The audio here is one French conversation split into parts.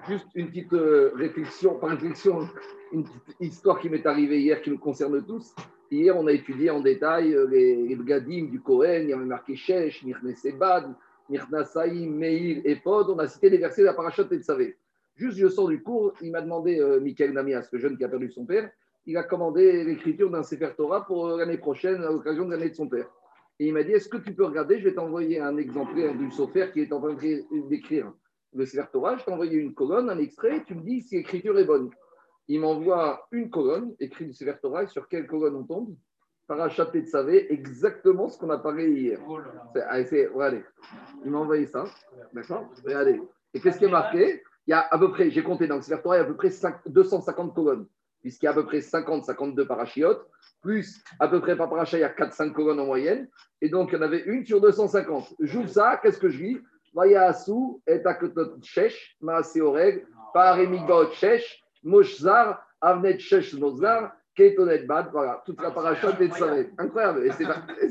juste une petite réflexion, pas réflexion, une petite histoire qui m'est arrivée hier qui nous concerne tous. Hier, on a étudié en détail les Bgadim du Kohen, il y avait marqué Shesh, Mirne Sebad, Mirna Saïm, Meir et Pod. On a cité les versets de la Parashat Tetzavé. Juste, je sors du cours, il m'a demandé, Michael Namias, ce jeune qui a perdu son père, il a commandé l'écriture d'un Sefer Torah pour l'année prochaine, à l'occasion de l'année de son père. Et il m'a dit, est-ce que tu peux regarder, je vais t'envoyer un exemplaire du Sofer qui est en train d'écrire le Sefer Torah, je t'ai envoyé une colonne, un extrait, tu me dis si l'écriture est bonne. Il m'envoie une colonne, écrite du Sefer Torah, sur quelle colonne on tombe? Parashat Tetzavé, exactement ce qu'on a parlé hier. Regardez, il m'a envoyé ça, d'accord? Regardez. Et qu'est-ce qui est marqué? Il y a à peu près, j'ai compté dans le Sefer Torah, il y a à peu près 250 colonnes, puisqu'il y a à peu près 50-52 parachiotes, plus à peu près par parachat, il y a 4-5 colonnes en moyenne, et donc il y en avait une sur 250. J'ouvre ça, qu'est-ce que je lis? Vayaasu et akotot shesh, maase oreg, paremigbaot shesh, moshzar, avnet shesh nozar, ketonet bad, voilà, toute la paracha de Tzavé. Incroyable. Et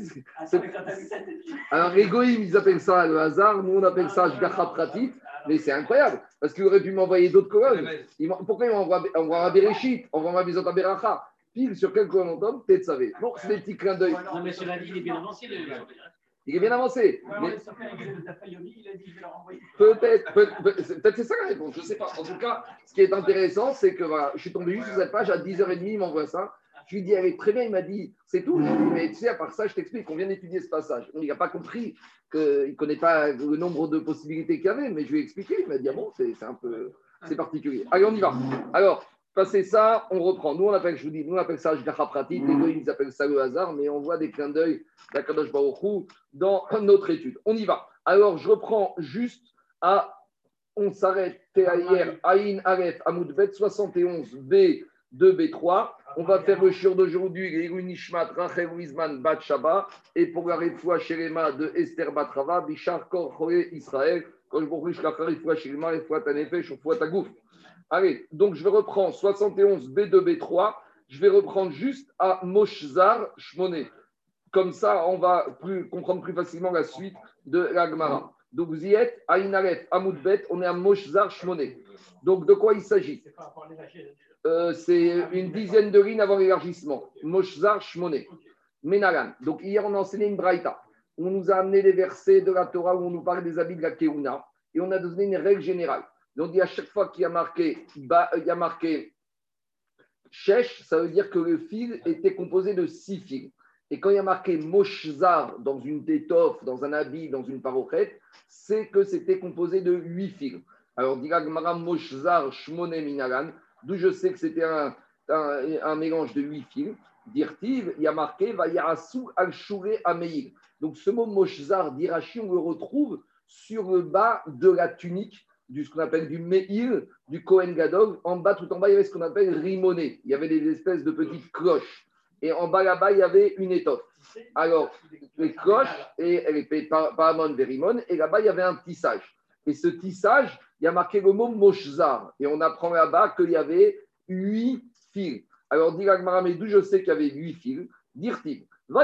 alors, les goïms, ils appellent ça le hasard, nous on appelle ça shgacha pratit, mais c'est incroyable, parce qu'il aurait pu m'envoyer d'autres colonnes. Pourquoi il m'envoie un Bereshit, on va Bizot Aberacha, pile sur quelle colonne on tombe, Tzavé. Bon, c'est des petits clins d'œil. Non, mais cela dit, il est bien avancé. Il est bien avancé. Ouais, Peut-être c'est ça la réponse, je ne sais pas. En tout cas, ce qui est intéressant, c'est que voilà, je suis tombé juste sur cette page, à 10h30, il m'envoie ça. Je lui dis, elle est très bien, il m'a dit, c'est tout. Je lui dis, mais tu sais, à part ça, je t'explique, on vient d'étudier ce passage. Il n'a pas compris qu'il ne connaît pas le nombre de possibilités qu'il y avait, mais je lui ai expliqué. Il m'a dit, ah bon, c'est un peu, c'est particulier. Allez, on y va. Alors, passer ça, on reprend. Nous, on appelle, je vous dis, nous, on appelle ça Shgacha Pratit, les deux, ils appellent ça le hasard, mais on voit des clins d'œil d'Akadosh Baruch Hu dans notre étude. On y va. Alors, je reprends juste à, on s'arrête hier, Aïn Aref, Amoudbet, 71, B, 2, B3. On va faire le shiur d'aujourd'hui, Lélu Nishmat, Rachel Wizman, Bat Shaba, et pour la Refoua Shelema de Esther Batrava, Bishar Kor Choé Israël, quand je vous riche la Refoua Shelema, Refoua Tanefesh, Refoua Tagouf. Allez, donc je vais reprendre 71, B2, B3. Je vais reprendre juste à Moshzar Shmoné. Comme ça, on va comprendre plus facilement la suite de la Gemara. Donc, vous y êtes, à Inaref, à Moudbet, on est à Moshzar Shmoné. Donc, de quoi il s'agit? C'est une dizaine de lignes avant l'élargissement. Moshzar Shmoné. Menalan. Donc, hier, on a enseigné une braïta. On nous a amené les versets de la Torah où on nous parle des habits de la Keuna. Et on a donné une règle générale. Donc, à chaque fois qu'il y a marqué Shesh, ça veut dire que le fil était composé de 6 fils. Et quand il y a marqué Moshzar dans une tétoffe, dans un habit, dans une parochette, c'est que c'était composé de 8 fils. Alors, dira Gemara Moshzar Shmone Minalan, d'où je sais que c'était un mélange de 8 fils. Dirtiv, il y a marqué Vayarasu al-Shure Ameir. Donc, ce mot Moshzar d'Irachi, on le retrouve sur le bas de la tunique ce qu'on appelle du Meir, du Kohen Gadol. En bas, tout en bas, il y avait ce qu'on appelle Rimoné. Il y avait des espèces de petites cloches. Et en bas, là-bas, il y avait une étoffe. Alors, les cloches, et elle était Paramon Verimon, et là-bas, il y avait un tissage. Et ce tissage, il y a marqué le mot Moshzar. Et on apprend là-bas qu'il y avait 8 fils. Alors, dit l'Agmara, mais d'où je sais qu'il y avait 8 fils, dire-t-il,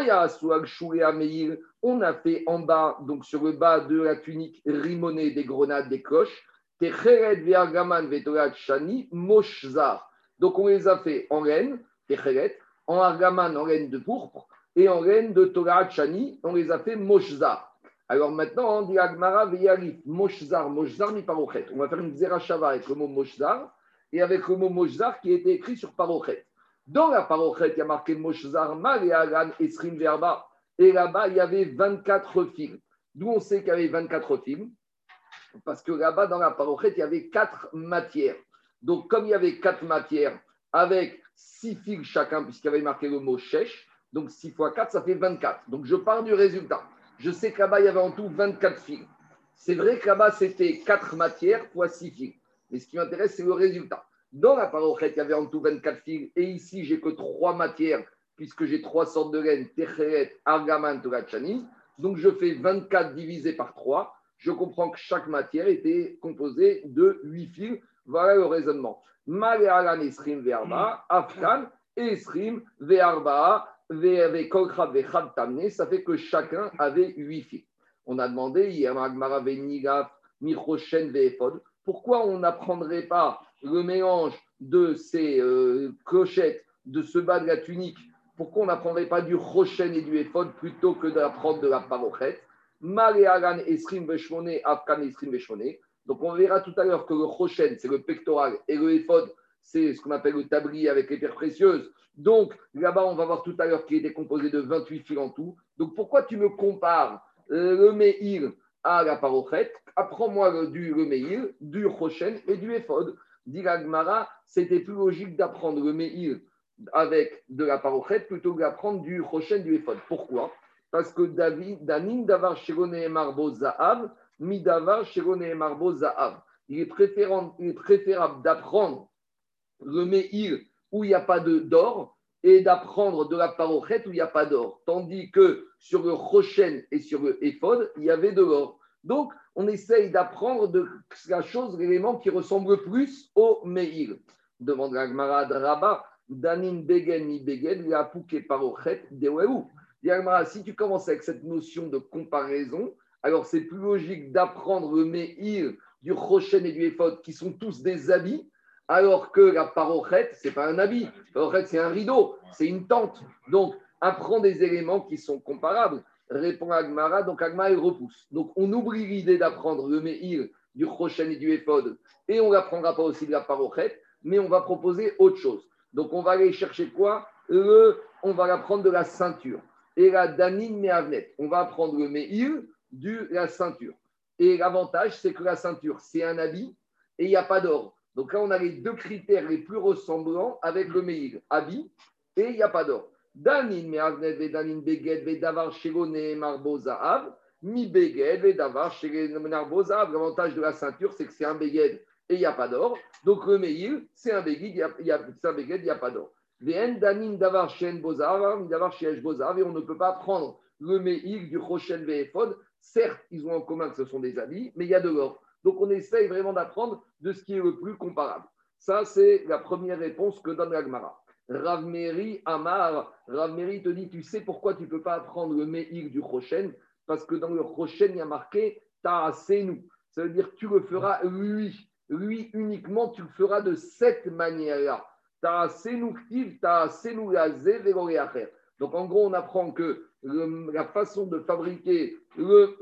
on a fait en bas, donc sur le bas de la tunique, Rimoné, des grenades, des cloches. Donc, on les a fait en laine, en argaman, en laine de pourpre, et en laine de Torah Chani, on les a fait moshzar. Alors maintenant, on dit Agmara veyarif, moshzar, moshzar mi parochet. On va faire une zerachava avec le mot moshzar, et avec le mot moshzar qui a été écrit sur parochet. Dans la parochet, il y a marqué moshzar, mal et agan, esrim verba, et là-bas, il y avait 24 fils. D'où on sait qu'il y avait 24 fils? Parce que là-bas, dans la parochet, il y avait 4 matières. Donc, comme il y avait 4 matières, avec 6 fils chacun, puisqu'il y avait marqué le mot shesh, donc 6 fois 4, ça fait 24. Donc, je pars du résultat. Je sais que là-bas, il y avait en tout 24 fils. C'est vrai que là-bas, c'était 4 matières fois 6 fils. Mais ce qui m'intéresse, c'est le résultat. Dans la parochet, il y avait en tout 24 fils. Et ici, j'ai que 3 matières, puisque j'ai 3 sortes de laine, techeret, argaman, torachani. Donc, je fais 24 divisé par 3. Je comprends que chaque matière était composée de 8 fils. Voilà le raisonnement. Maléalan esrim verba, afkan, esrim verba, vekolcha vechad tamne. Ça fait que chacun avait 8 fils. On a demandé, hier, Magmara venigaf, michoshen ve'efod. pourquoi on n'apprendrait pas le mélange de ces clochettes, de ce bas de la tunique? Pourquoi on n'apprendrait pas du rochen et du éphod plutôt que d'apprendre de la parochet? Maléagan esrim veshmoné, afkan esrim veshmoné. Donc on verra tout à l'heure que le rochen, c'est le pectoral, et le éphod, c'est ce qu'on appelle le tablier avec les pierres précieuses. Donc là-bas, on va voir tout à l'heure qu'il était composé de 28 fils en tout. Donc pourquoi tu me compares le Meir à la parochet? Apprends-moi le Meir, du rochen et du éphod. Dit l'Agmara, c'était plus logique d'apprendre le Meir avec de la parochet plutôt que d'apprendre du rochen, du éphod. Pourquoi? Parce que Danin Davar Shirone Marbo Zahav, Mi Davar Shirone Marbo Zahav. Il est préférable d'apprendre le Meir où il n'y a pas d'or et d'apprendre de la parochet où il n'y a pas d'or. Tandis que sur le rochen et sur le éphod, il y avait de l'or. Donc, on essaye d'apprendre de la chose, l'élément qui ressemble le plus au Meir. Demande la Gemara de Rabat, Danin Begen mi Begen, la Pouké Parochet, Deweu. Si tu commences avec cette notion de comparaison, alors c'est plus logique d'apprendre le Meir du rochen et du éphod qui sont tous des habits, alors que la parochet, ce n'est pas un habit. La parochet, c'est un rideau, c'est une tente. Donc, apprends des éléments qui sont comparables. Répond Agmara, donc Agmara, il repousse. Donc, on oublie l'idée d'apprendre le Meir du rochen et du éphod, et on n'apprendra pas aussi de la parochet, mais on va proposer autre chose. Donc, on va aller chercher quoi? On va apprendre de la ceinture. Et la Danin Mehavnet. On va apprendre le Meir de la ceinture. Et l'avantage, c'est que la ceinture, c'est un habit et il n'y a pas d'or. Donc là, on a les deux critères les plus ressemblants avec le Meir. Habit et il n'y a pas d'or. Danin Mehavnet ve Danin Beged ve Davar Shegone Marbo Zahav. Mi Beged ve Davar Shegone Marbo Zahav. L'avantage de la ceinture, c'est que c'est un Beged et il n'y a pas d'or. Donc le Meir, c'est un Beged, il n'y a pas d'or. Et on ne peut pas prendre le Meir du Rochen Ve'ephod. Certes, ils ont en commun que ce sont des habits, mais il y a de l'or. Donc on essaye vraiment d'apprendre de ce qui est le plus comparable. Ça, c'est la première réponse que donne la Gemara. Rav Meri Amar, Rav Meri te dit, tu sais pourquoi tu ne peux pas apprendre le Meir du Rochen? Parce que dans le Rochen, il y a marqué Ta'asenu. Ça veut dire que tu le feras lui. Lui uniquement, tu le feras de cette manière-là. Donc en gros, on apprend que la façon de fabriquer le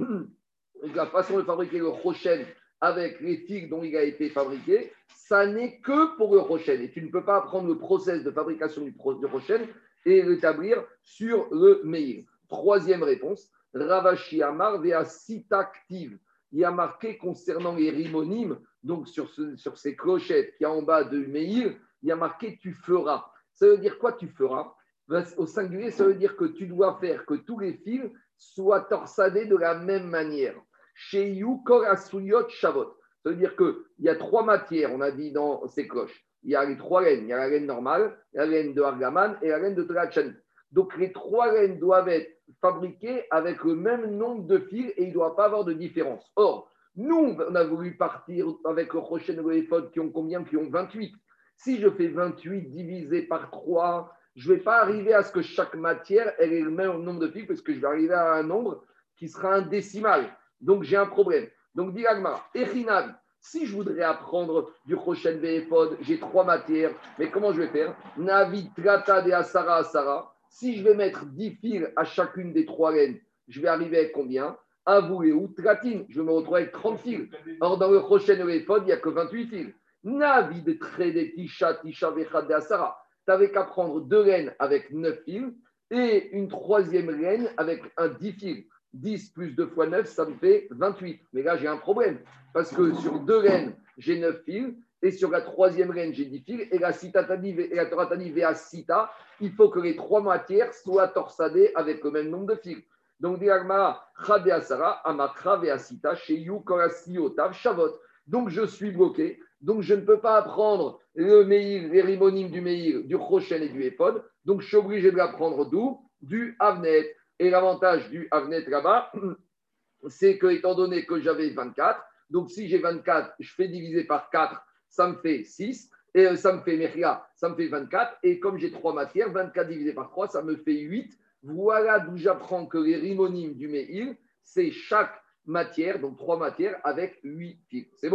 rochen avec les fils dont il a été fabriqué, ça n'est que pour le rochen. Et tu ne peux pas apprendre le process de fabrication du rochen et l'établir sur le meir. Troisième réponse, Ravashi Amar vea sitaktiv. Il y a marqué concernant les rimonymes, donc sur ces clochettes qu'il y a en bas de meir, il y a marqué tu feras. Ça veut dire quoi tu feras? Au singulier, ça veut dire que tu dois faire que tous les fils soient torsadés de la même manière. Chez You Korasuyot Shavot. Ça veut dire qu'il y a trois matières, on a dit dans ces cloches. Il y a les trois laines. Il y a la laine normale, la laine de Argaman et la laine de Trachani. Donc les trois laines doivent être fabriquées avec le même nombre de fils et il ne doit pas avoir de différence. Or, nous, on a voulu partir avec le Rochen et le Ephod qui ont combien? Qui ont 28. Si je fais 28 divisé par 3, je ne vais pas arriver à ce que chaque matière ait le même nombre de fils parce que je vais arriver à un nombre qui sera un décimal. Donc, j'ai un problème. Donc, dit Agmara, Echinab, si je voudrais apprendre du Rochen Ve'ephod, j'ai trois matières, mais comment je vais faire? Navi, Trata, de Asara, Asara. Si je vais mettre 10 fils à chacune des trois laines, je vais arriver avec combien? Avoué ou Tratine. Je vais me retrouver avec 30 fils. Or, dans le Rochen Ve'ephod, il n'y a que 28 fils. Navi de Trede, Tisha, Tisha, Vechad, de Asara. Tu n'avais qu'à prendre deux laines avec 9 fils et une troisième laine avec un 10 fils. 10 plus 2 fois 9, ça me fait 28. Mais là, j'ai un problème. Parce que sur deux laines, j'ai 9 fils. Et sur la troisième laine, j'ai 10 fils. Et la Torah t'a dit, Vea Sita, il faut que les trois matières soient torsadées avec le même nombre de fils. Donc, Diagma, Chade Asara, Amakra, Vea Sita, Sheyu, Korasi, Otav, Shavot. Donc, je suis bloqué. Donc, je ne peux pas apprendre le Meir, les rimonymes du Meir, du Rochen et du Ephod. Donc, je suis obligé de l'apprendre d'où? Du Avnet. Et l'avantage du Avnet là-bas, c'est que, étant donné que j'avais 24, donc si j'ai 24, je fais diviser par 4, ça me fait 6, et ça me fait Mechia, ça me fait 24, et comme j'ai trois matières, 24 divisé par 3, ça me fait 8. Voilà d'où j'apprends que les rimonymes du Meir, c'est chaque matière, donc trois matières avec 8 fils. C'est bon?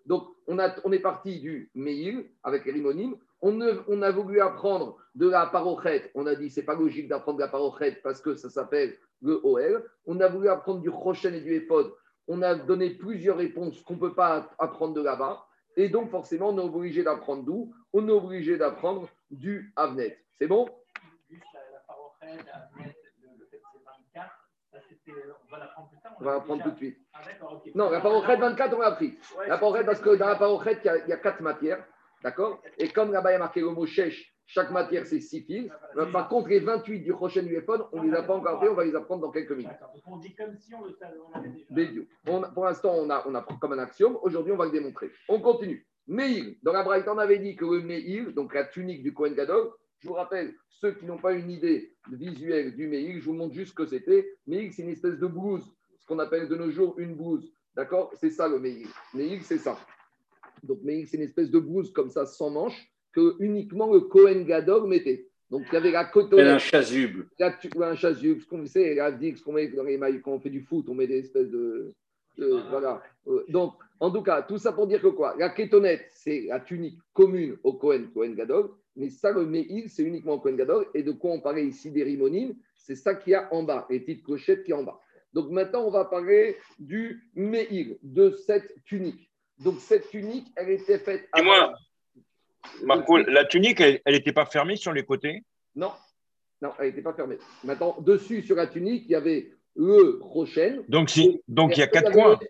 Donc, on est parti du Meir avec les rimonymes. On a voulu apprendre de la parochet. On a dit c'est pas logique d'apprendre la parochet parce que ça s'appelle le OL. On a voulu apprendre du Rochen et du Ephod. On a donné plusieurs réponses qu'on ne peut pas apprendre de là-bas. Et donc, forcément, on est obligé d'apprendre d'où? On est obligé d'apprendre du Avnet. C'est bon? Juste la parochet, Avnet, le fait que c'est 24, ça c'était, on va l'apprendre plus tard. On va l'apprendre tout de suite. Ah, d'accord, ok. Non, la parochet 24, on l'a appris. Ouais, la parochet, parce que dans la parochet, il y a 4 matières. D'accord? Et comme là-bas, il y a marqué le mot chèche, chaque matière, c'est 6 fils. Par contre, les 28 du prochain UFON, on ne les a pas encore fait, on va les apprendre dans quelques minutes. D'accord. Donc, on dit comme si on le savait, on l'avait déjà. Pour l'instant, on apprend comme un axiome. Aujourd'hui, on va le démontrer. On continue. Meir. Dans la Braïta, on avait dit que le Meir, donc la tunique du Kohen Gadol, je vous rappelle, ceux qui n'ont pas une idée visuelle du Meir, je vous montre juste ce que c'était. Meir, c'est une espèce de blouse, ce qu'on appelle de nos jours une blouse. D'accord? C'est ça le Meir. Meir, c'est ça. Donc, Meir, c'est une espèce de blouse comme ça, sans manches, que uniquement le Kohen Gadol mettait. Donc, il y avait la cotonnette. Un chasuble. Un chasuble, ce qu'on sait, la ce qu'on met dans les mailles, quand on fait du foot, on met des espèces de voilà. Donc, en tout cas, tout ça pour dire que quoi? La kétonnette, c'est la tunique commune au Kohen Gadol, mais ça, le Meir, c'est uniquement au Kohen Gadol. Et de quoi on parlait ici des rimonymes? C'est ça qu'il y a en bas, les petites clochettes qui y a en bas. Donc, maintenant, on va parler du Meir, de cette tunique. Donc, cette tunique, elle était faite. Dis-moi, Marco, la tunique, elle n'était pas fermée sur les côtés? Non, elle n'était pas fermée. Maintenant, dessus, sur la tunique, il y avait le Rochen. Donc, il y a 4 coins.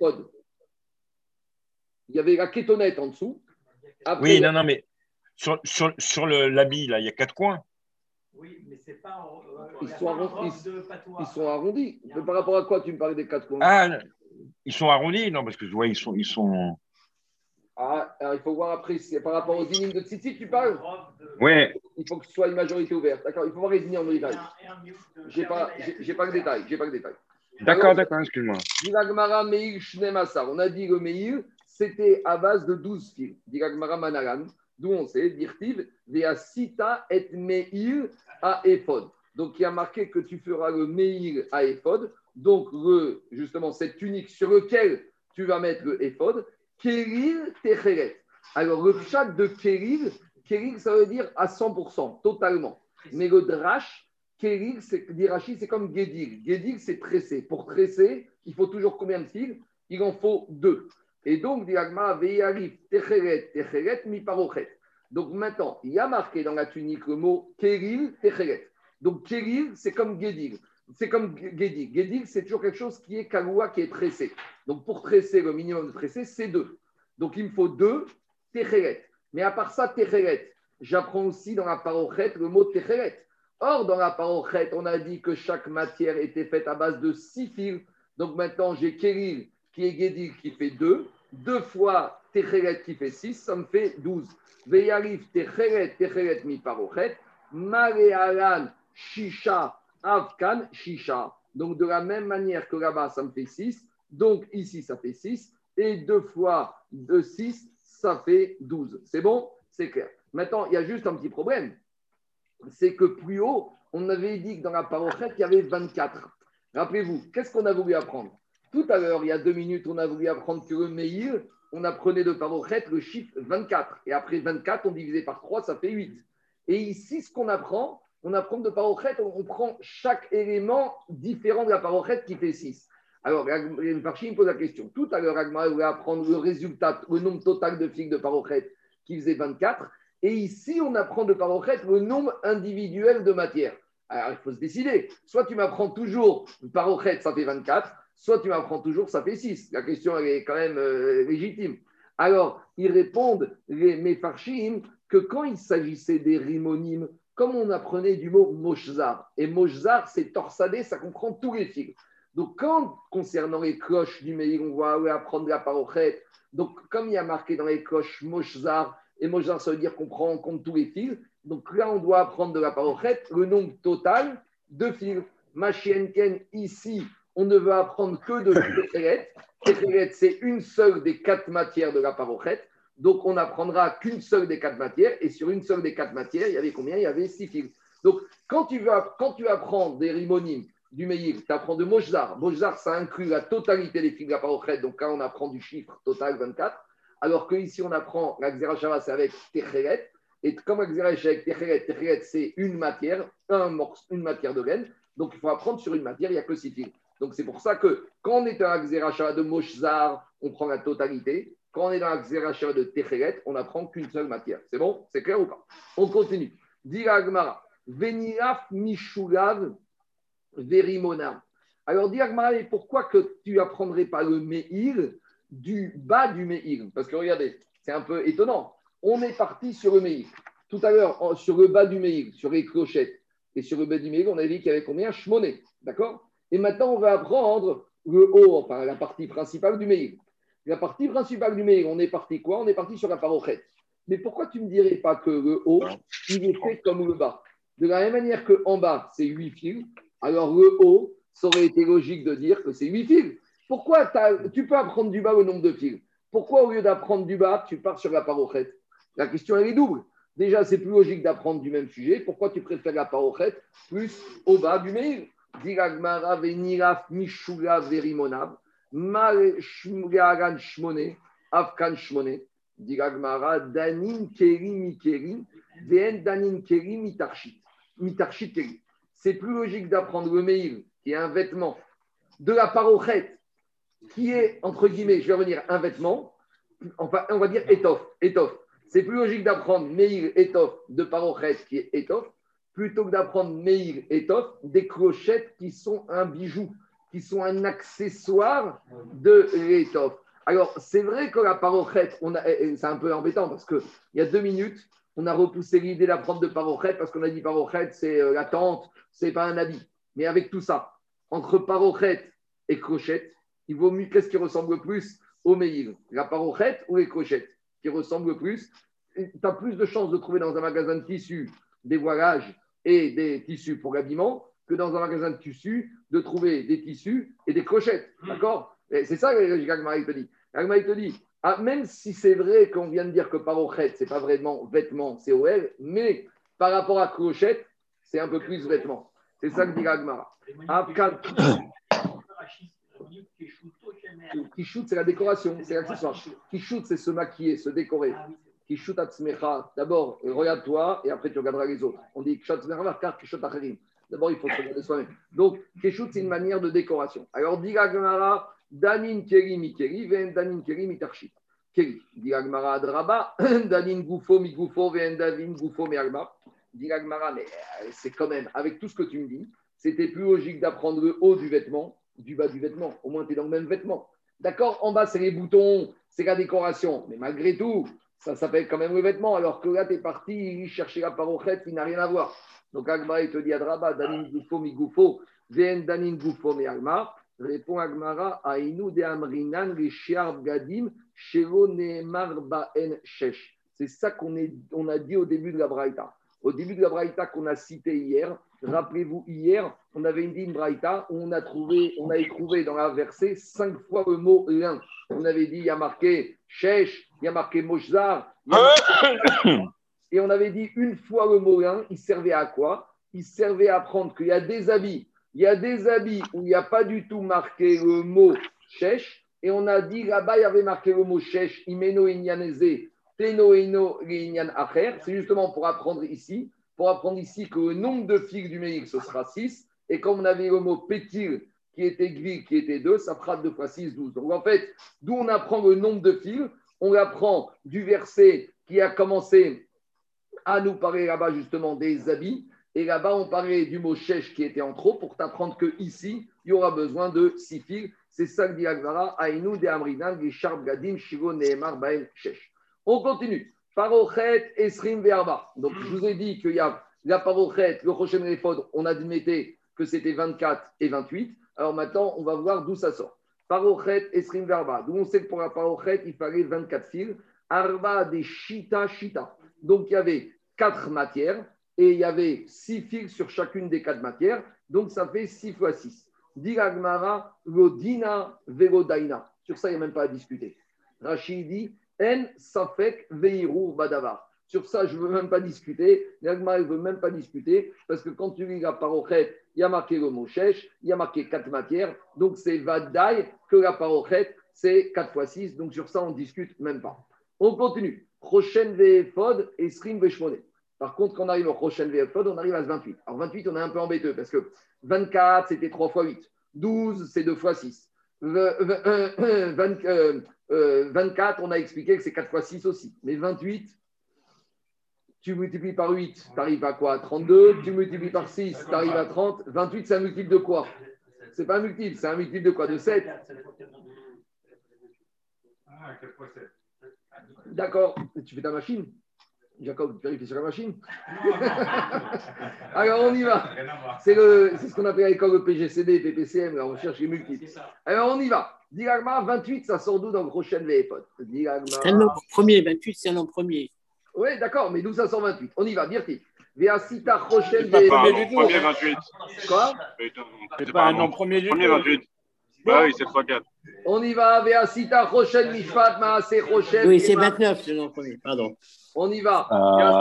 Il y avait la kétonnette en dessous. Après, oui, non, mais sur l'habit, là, il y a 4 coins. Oui, mais c'est pas. Ils sont arrondis. Mais par rapport à quoi tu me parlais des 4 coins? Ah, ils sont arrondis? Non, parce que je vois, ils sont. Ah, alors il faut voir après, c'est par rapport aux dynimes de Tzitzit, tu parles? Oui. Il faut que ce soit une majorité ouverte. D'accord, il faut voir les dynimes en détail. Je n'ai pas le détail. D'accord, excuse-moi. On a dit le Meir, c'était à base de 12 fils. Diragmara Manaran, d'où on sait, Dirtiv, Vea Sita et Meir à Ephod. Donc il y a marqué que tu feras le Meir à Ephod. Donc justement, cette tunique sur laquelle tu vas mettre le Ephod. Kéril Techeret. Alors, le chat de Kéril, ça veut dire à 100%, totalement. Mais le drash, Kéril, c'est comme Gédil. Gédil, c'est tresser. Pour tresser, il faut toujours combien de fils? Il en faut 2. Et donc, Diagma, Veyarif, Techeret, mi parochet. Donc, maintenant, il y a marqué dans la tunique le mot Kéril Techeret. Donc, Kéril, c'est comme Gédil. C'est comme Gédil. Gédil, c'est toujours quelque chose qui est kaloua, qui est tressé. Donc, pour tresser, le minimum de tresser, c'est 2. Donc, il me faut 2 Techeret. Mais à part ça, Techeret, j'apprends aussi dans la parochet le mot Techeret. Or, dans la parochet, on a dit que chaque matière était faite à base de 6 fils. Donc, maintenant, j'ai Kéril qui est Gédil qui fait 2. 2 fois Techeret qui fait 6, ça me fait 12. Veyarif Techeret mi parochet. Marealan Shisha. Avkan, Shisha. Donc, de la même manière que là-bas, ça me fait 6. Donc, ici, ça fait 6. Et 2 fois 2, 6, ça fait 12. C'est bon? C'est clair. Maintenant, il y a juste un petit problème. C'est que plus haut, on avait dit que dans la parochet, il y avait 24. Rappelez-vous, qu'est-ce qu'on a voulu apprendre? Tout à l'heure, il y a 2 minutes, on a voulu apprendre que le Meir, on apprenait de parochet le chiffre 24. Et après 24, on divisait par 3, ça fait 8. Et ici, ce qu'on apprend, on apprend de parochet, on prend chaque élément différent de la parochet qui fait 6. Alors, le Parchi me pose la question. Tout à l'heure, Agma voulait apprendre le résultat, le nombre total de figues de parochet qui faisait 24. Et ici, on apprend de parochet le nombre individuel de matière. Alors, il faut se décider. Soit tu m'apprends toujours parochet, ça fait 24. Soit tu m'apprends toujours, ça fait 6. La question, elle est quand même légitime. Alors, ils répondent, les Mefarshim, que quand il s'agissait des rimonymes, comme on apprenait du mot moshzar, et moshzar, c'est torsadé, ça comprend tous les fils. Donc, quand, concernant les cloches du Meir, on va apprendre la parochet, donc comme il y a marqué dans les cloches moshzar, et moshzar, ça veut dire qu'on prend en compte tous les fils, donc là, on doit apprendre de la parochet le nombre total de fils. Machienken, ici, on ne veut apprendre que de Techeret. Techeret, c'est une seule des 4 matières de la parochet. Donc, on n'apprendra qu'une seule des 4 matières. Et sur une seule des 4 matières, il y avait combien? Il y avait 6 fils. Donc, quand tu apprends des rimonymes du Meir, tu apprends de Moshzar. Moshzar, ça inclut la totalité des fils de la parochet. Donc, là, on apprend du chiffre total 24. Alors qu'ici, on apprend la Xerashava, c'est avec Techeret. Et comme la Xerashava avec Techeret, c'est une matière, une matière de laine. Donc, il faut apprendre sur une matière, il n'y a que 6 fils. Donc, c'est pour ça que quand on est dans la Xerashava de Moshzar, on prend la totalité. Quand on est dans la Xerashava de Techeret, on n'apprend qu'une seule matière. C'est bon? C'est clair ou pas? On continue. Dit Agmara, Veniraf Mishulav Verimona. Alors, dit Agmara, pourquoi que tu n'apprendrais pas le Meir du bas du Meir? Parce que regardez, c'est un peu étonnant. On est parti sur le Meir. Tout à l'heure, sur le bas du Meir, sur les clochettes, et sur le bas du Meir, on a dit qu'il y avait combien? Shmoné. D'accord? Et maintenant, on va apprendre le haut, enfin la partie principale du Meir. La partie principale du Meir, on est parti quoi? On est parti sur la parochette. Mais pourquoi tu ne me dirais pas que le haut, il est fait comme le bas? De la même manière qu'en bas, c'est 8 fils, alors le haut, ça aurait été logique de dire que c'est 8 fils. Pourquoi tu peux apprendre du bas le nombre de fils? Pourquoi au lieu d'apprendre du bas, tu pars sur la parochette? La question, elle est double. Déjà, c'est plus logique d'apprendre du même sujet. Pourquoi tu préfères la parochette plus au bas du Meir? Diragmara veniraf mishula verimonav mal shmgaran shmone afkan shmone diragmara danin keri mikeri ven danin keri mitarchit keri. C'est plus logique d'apprendre le Meir, qui est un vêtement, de la parochette, qui est, entre guillemets, je vais revenir, un vêtement, enfin, on va dire étoffe. C'est plus logique d'apprendre Meir étoffe de parochette, qui est étoffe, plutôt que d'apprendre Meir étoffe des clochettes qui sont un bijou, qui sont un accessoire de l'étoffe. Alors, c'est vrai que la parochette, c'est un peu embêtant parce qu'il y a 2 minutes, on a repoussé l'idée d'apprendre de parochette parce qu'on a dit parochette, c'est la tente, c'est pas un habit. Mais avec tout ça, entre parochette et clochette, il vaut mieux, qu'est-ce qui ressemble le plus au Meir? La parochette ou les clochettes qui ressemblent le plus? Tu as plus de chances de trouver dans un magasin de tissus des voilages et des tissus pour l'habillement que dans un magasin de tissus de trouver des tissus et des clochettes. D'accord? Et c'est ça que Gagmara te dit. Gagmara te dit, même si c'est vrai qu'on vient de dire que parochet, ce n'est pas vraiment vêtement, c'est OL, mais par rapport à clochette, c'est un peu plus vêtement. C'est ça que dit Gagmara. Kishout, c'est la décoration, c'est l'accessoire. Kishout, c'est se maquiller, se décorer. Kishout atzmecha, d'abord, regarde-toi et après tu regarderas les autres. On dit Kishout atzmecha, car Kishout acherim. D'abord, il faut se regarder soi-même. Donc, Kishout, c'est une manière de décoration. Alors, dit Gagmara, Danin keri mikeri, ven danin keri mitarchit. Keri, dit Gagmara adraba, danin gufo mi gufo, ven danin gufo mi alma. Dit Gagmara, mais c'est quand même, avec tout ce que tu me dis, c'était plus logique d'apprendre le haut du vêtement du bas du vêtement. Au moins, tu es dans le même vêtement. D'accord? En bas, c'est les boutons, c'est la décoration. Mais malgré tout, ça s'appelle quand même le vêtement. Alors que là, tu es parti chercher la parochette qui n'a rien à voir. Donc, Agmara, il te dit Adraba, Danin Goufo, mi Goufo, Ven Danin Goufo, mi Alma. Répond Agmara, Aïnou de Amrinan, les Shiar Gadim, Shelo Nehemar Baen Shesh. C'est ça qu'on a dit au début de la Braïta. Au début de la Braïta qu'on a cité hier, rappelez-vous, hier, on avait une Braïta où on a trouvé dans la verset 5 fois le mot l'un. On avait dit, il y a marqué Shesh, il y a marqué Moshzar, et on avait dit une fois le mot l'un, il servait à quoi? Il servait à apprendre qu'il y a des habits. Il y a des habits où il n'y a pas du tout marqué le mot Shesh, et on a dit là-bas, il y avait marqué le mot Shesh, Imeno Inyaneze. C'est justement pour apprendre ici que le nombre de fils du Meir, ce sera 6. Et comme on avait le mot pétil qui était gris, qui était 2, ça fera 2 fois 6, 12. Donc en fait, d'où on apprend le nombre de fils, on apprend du verset qui a commencé à nous parler là-bas justement des habits. Et là-bas, on parlait du mot chèche qui était en trop pour t'apprendre qu'ici, il y aura besoin de 6 fils. C'est ça que dit Agmara, Aïnou de Amrinan, Gishar Gadim, Shivo Nehemar Baen Chèche. On continue. Parochet, Esrim, Verba. Donc, je vous ai dit qu'il y a la parochet, le Choshen Rephod, on admettait que c'était 24 et 28. Alors maintenant, on va voir d'où ça sort. Parochet, Esrim, Verba. D'où on sait que pour la parochet, il fallait 24 fils. Arba des Shita. Donc, il y avait 4 matières et il y avait 6 fils sur chacune des 4 matières. Donc, ça fait 6 fois 6. Diragmara, Lodina, Velodaina. Sur ça, il n'y a même pas à discuter. Rachid dit En Safek Veirur Badavar. Sur ça, je ne veux même pas discuter. L'Agma ne veut même pas discuter parce que quand tu lis la parochet, il y a marqué le mot Shesh, il y a marqué 4 matières. Donc, c'est Vadaï que la parochet, c'est 4 fois 6. Donc sur ça, on ne discute même pas. On continue. Prochaine Vefod et Srim Veshmoné. Par contre, quand on arrive au prochaine Vefod, on arrive à 28. Alors 28, on est un peu embêteux parce que 24, c'était 3 fois 8. 12, c'est 2 fois 6. 24, on a expliqué que c'est 4 fois 6 aussi. Mais 28, tu multiplies par 8, tu arrives à quoi? 32. Tu multiplies par 6, tu arrives à 30. 28, c'est un multiple de quoi? C'est pas un multiple, c'est un multiple de quoi? De 7. Ah, 4 fois 7. D'accord. Tu fais ta machine? Jacob, tu vérifies sur la machine? Alors, on y va. C'est ce qu'on appelle à l'école le PGCD, PPCM, la recherche les multiples. Alors, on y va. Dilagma, 28, ça sort d'où dans le prochain VEPOD? C'est un nombre premier, 28, c'est un nombre premier. Oui, d'accord, mais d'où ça sort 28? On y va, Birti. Véacita prochaine Premier 28. Quoi? C'est pas un nom premier du tout. Premier 28. Bah oui, c'est 3-4. On y va, Véacita prochaine Mishpat, Maasé prochaine. Oui, c'est 29, c'est le nom premier, pardon. On y va.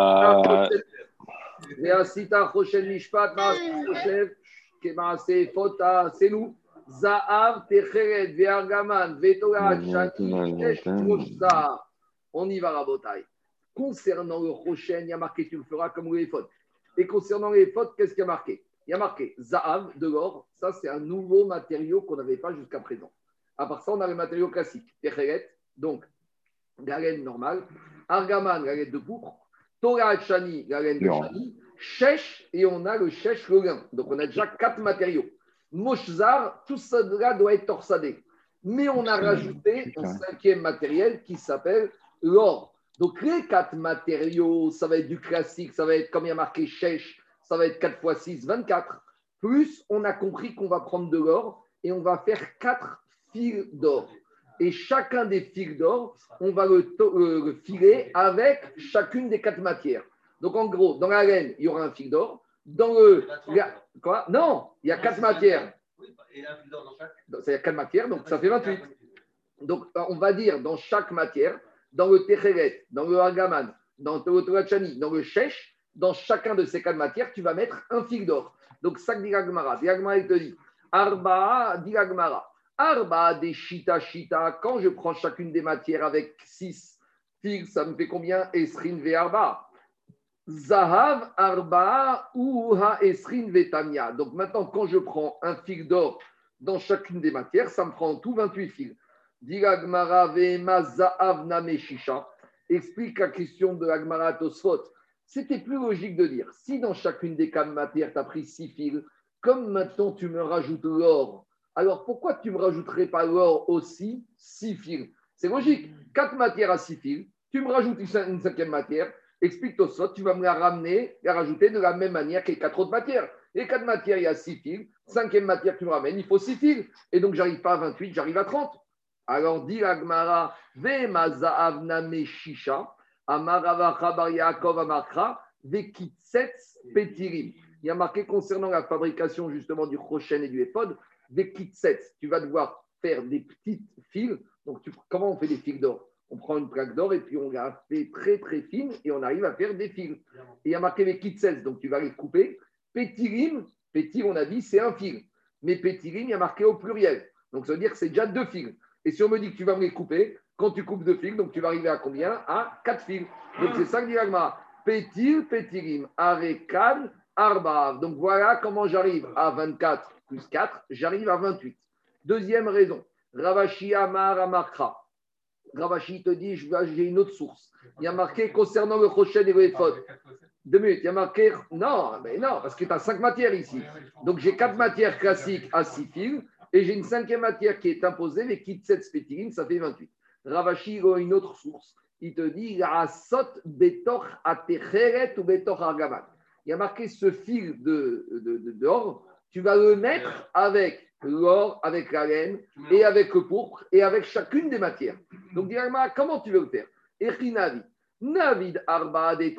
Véacita prochaine Mishpat, Maasé prochaine. Kemaasé Fota, c'est nous. Zaav, Techeret, Ve'argaman, Ve'torah, Shani, Shesh, Moshza. On y va, Rabotai. Concernant le Rochen, il y a marqué, tu le feras comme les fautes. Et concernant les fautes, qu'est-ce qu'il y a marqué? Il y a marqué Zaav, de l'or. Ça, c'est un nouveau matériau qu'on n'avait pas jusqu'à présent. À part ça, on a les matériaux classiques. Techeret, donc la laine normale. Argaman, la laine de pourpre. Torah, Shani, la laine de Shani. Shesh, et on a le Shesh, le lin. Donc, on a déjà 4 matériaux. Moshzar, tout ça doit être torsadé. Mais on a rajouté un 5e matériel qui s'appelle l'or. Donc les 4 matériaux, ça va être du classique, ça va être comme il y a marqué Shesh, ça va être 4 fois 6, 24. Plus on a compris qu'on va prendre de l'or et on va faire 4 fils d'or. Et chacun des fils d'or, on va le filer avec chacune des 4 matières. Donc en gros, dans la laine, il y aura un fil d'or. Dans le. Quoi? Non, il y a 4 matières. Et un fil d'or dans chaque. Ça, il y a 4 matières, donc ça fait 28. Donc on va dire dans chaque matière, dans le Techeret, dans le Hagaman, dans le Torachani, dans le Shesh, dans chacun de ces 4 matières, tu vas mettre un fil d'or. Donc ça dit l'Agmara. L'Agmara, il te dit Arba, dit l'Agmara. Arba des Shita Shita. Quand je prends chacune des matières avec 6 fils, ça me fait combien? Esrin ve Arba. Zahav Arba ou Ha Esrin Vetamia. Donc maintenant, quand je prends un fil d'or dans chacune des matières, ça me prend en tout 28 fils. Dilagmara Vema Zahav Nameshisha. Explique la question de Agmara Tosfot. C'était plus logique de dire si dans chacune des 4 matières, tu as pris 6 fils, comme maintenant tu me rajoutes l'or, alors pourquoi tu ne me rajouterais pas l'or aussi 6 fils? C'est logique. 4 matières à 6 fils, tu me rajoutes une 5e matière. Explique Tosfot, tu vas me la ramener, la rajouter de la même manière que les 4 autres matières. Les 4 matières, il y a 6 fils. 5e matière, tu me ramènes, il faut 6 fils. Et donc, j'arrive pas à 28, j'arrive à 30. Alors, dit l'Agmara, Vema Za'av Name Shisha, Amarava Chabar Yaakov Amarkra, Vekitsetz Petirim. Il y a marqué concernant la fabrication justement du Rochen et du Ephod, Vekitsetz. Tu vas devoir faire des petites fils. Donc, comment on fait des fils d'or? On prend une plaque d'or et puis on la fait très très fine et on arrive à faire des fils. Et il y a marqué les kitsels, donc tu vas les couper. Pétirim, pétir on a dit c'est un fil. Mais pétirim, il y a marqué au pluriel. Donc ça veut dire que c'est déjà 2 fils. Et si on me dit que tu vas me les couper, quand tu coupes 2 fils, donc tu vas arriver à combien? À 4 fils. Donc c'est ça que dit l'Agmara. Pétir, pétirim, arekan, arbav. Donc voilà comment j'arrive à 24 plus 4, j'arrive à 28. Deuxième raison. Ravashi Amar Amakra. Ravashi te dit, j'ai une autre source. Il y a marqué concernant le Rochen et le Ephod. 2 minutes. Il y a marqué, non, parce que tu as 5 matières ici. Donc j'ai 4 matières classiques à 6 fils et j'ai une 5e matière qui est imposée, les kitsets spétirim, ça fait 28. Ravashi a une autre source. Il te dit, Asot betor atecheret ou betor argaman. Il y a marqué ce fil d'or, tu vas le mettre avec l'or, avec la laine, et avec le pourpre, et avec chacune des matières. Donc, directement, comment tu veux le faire? Echinavi, Navid Arba des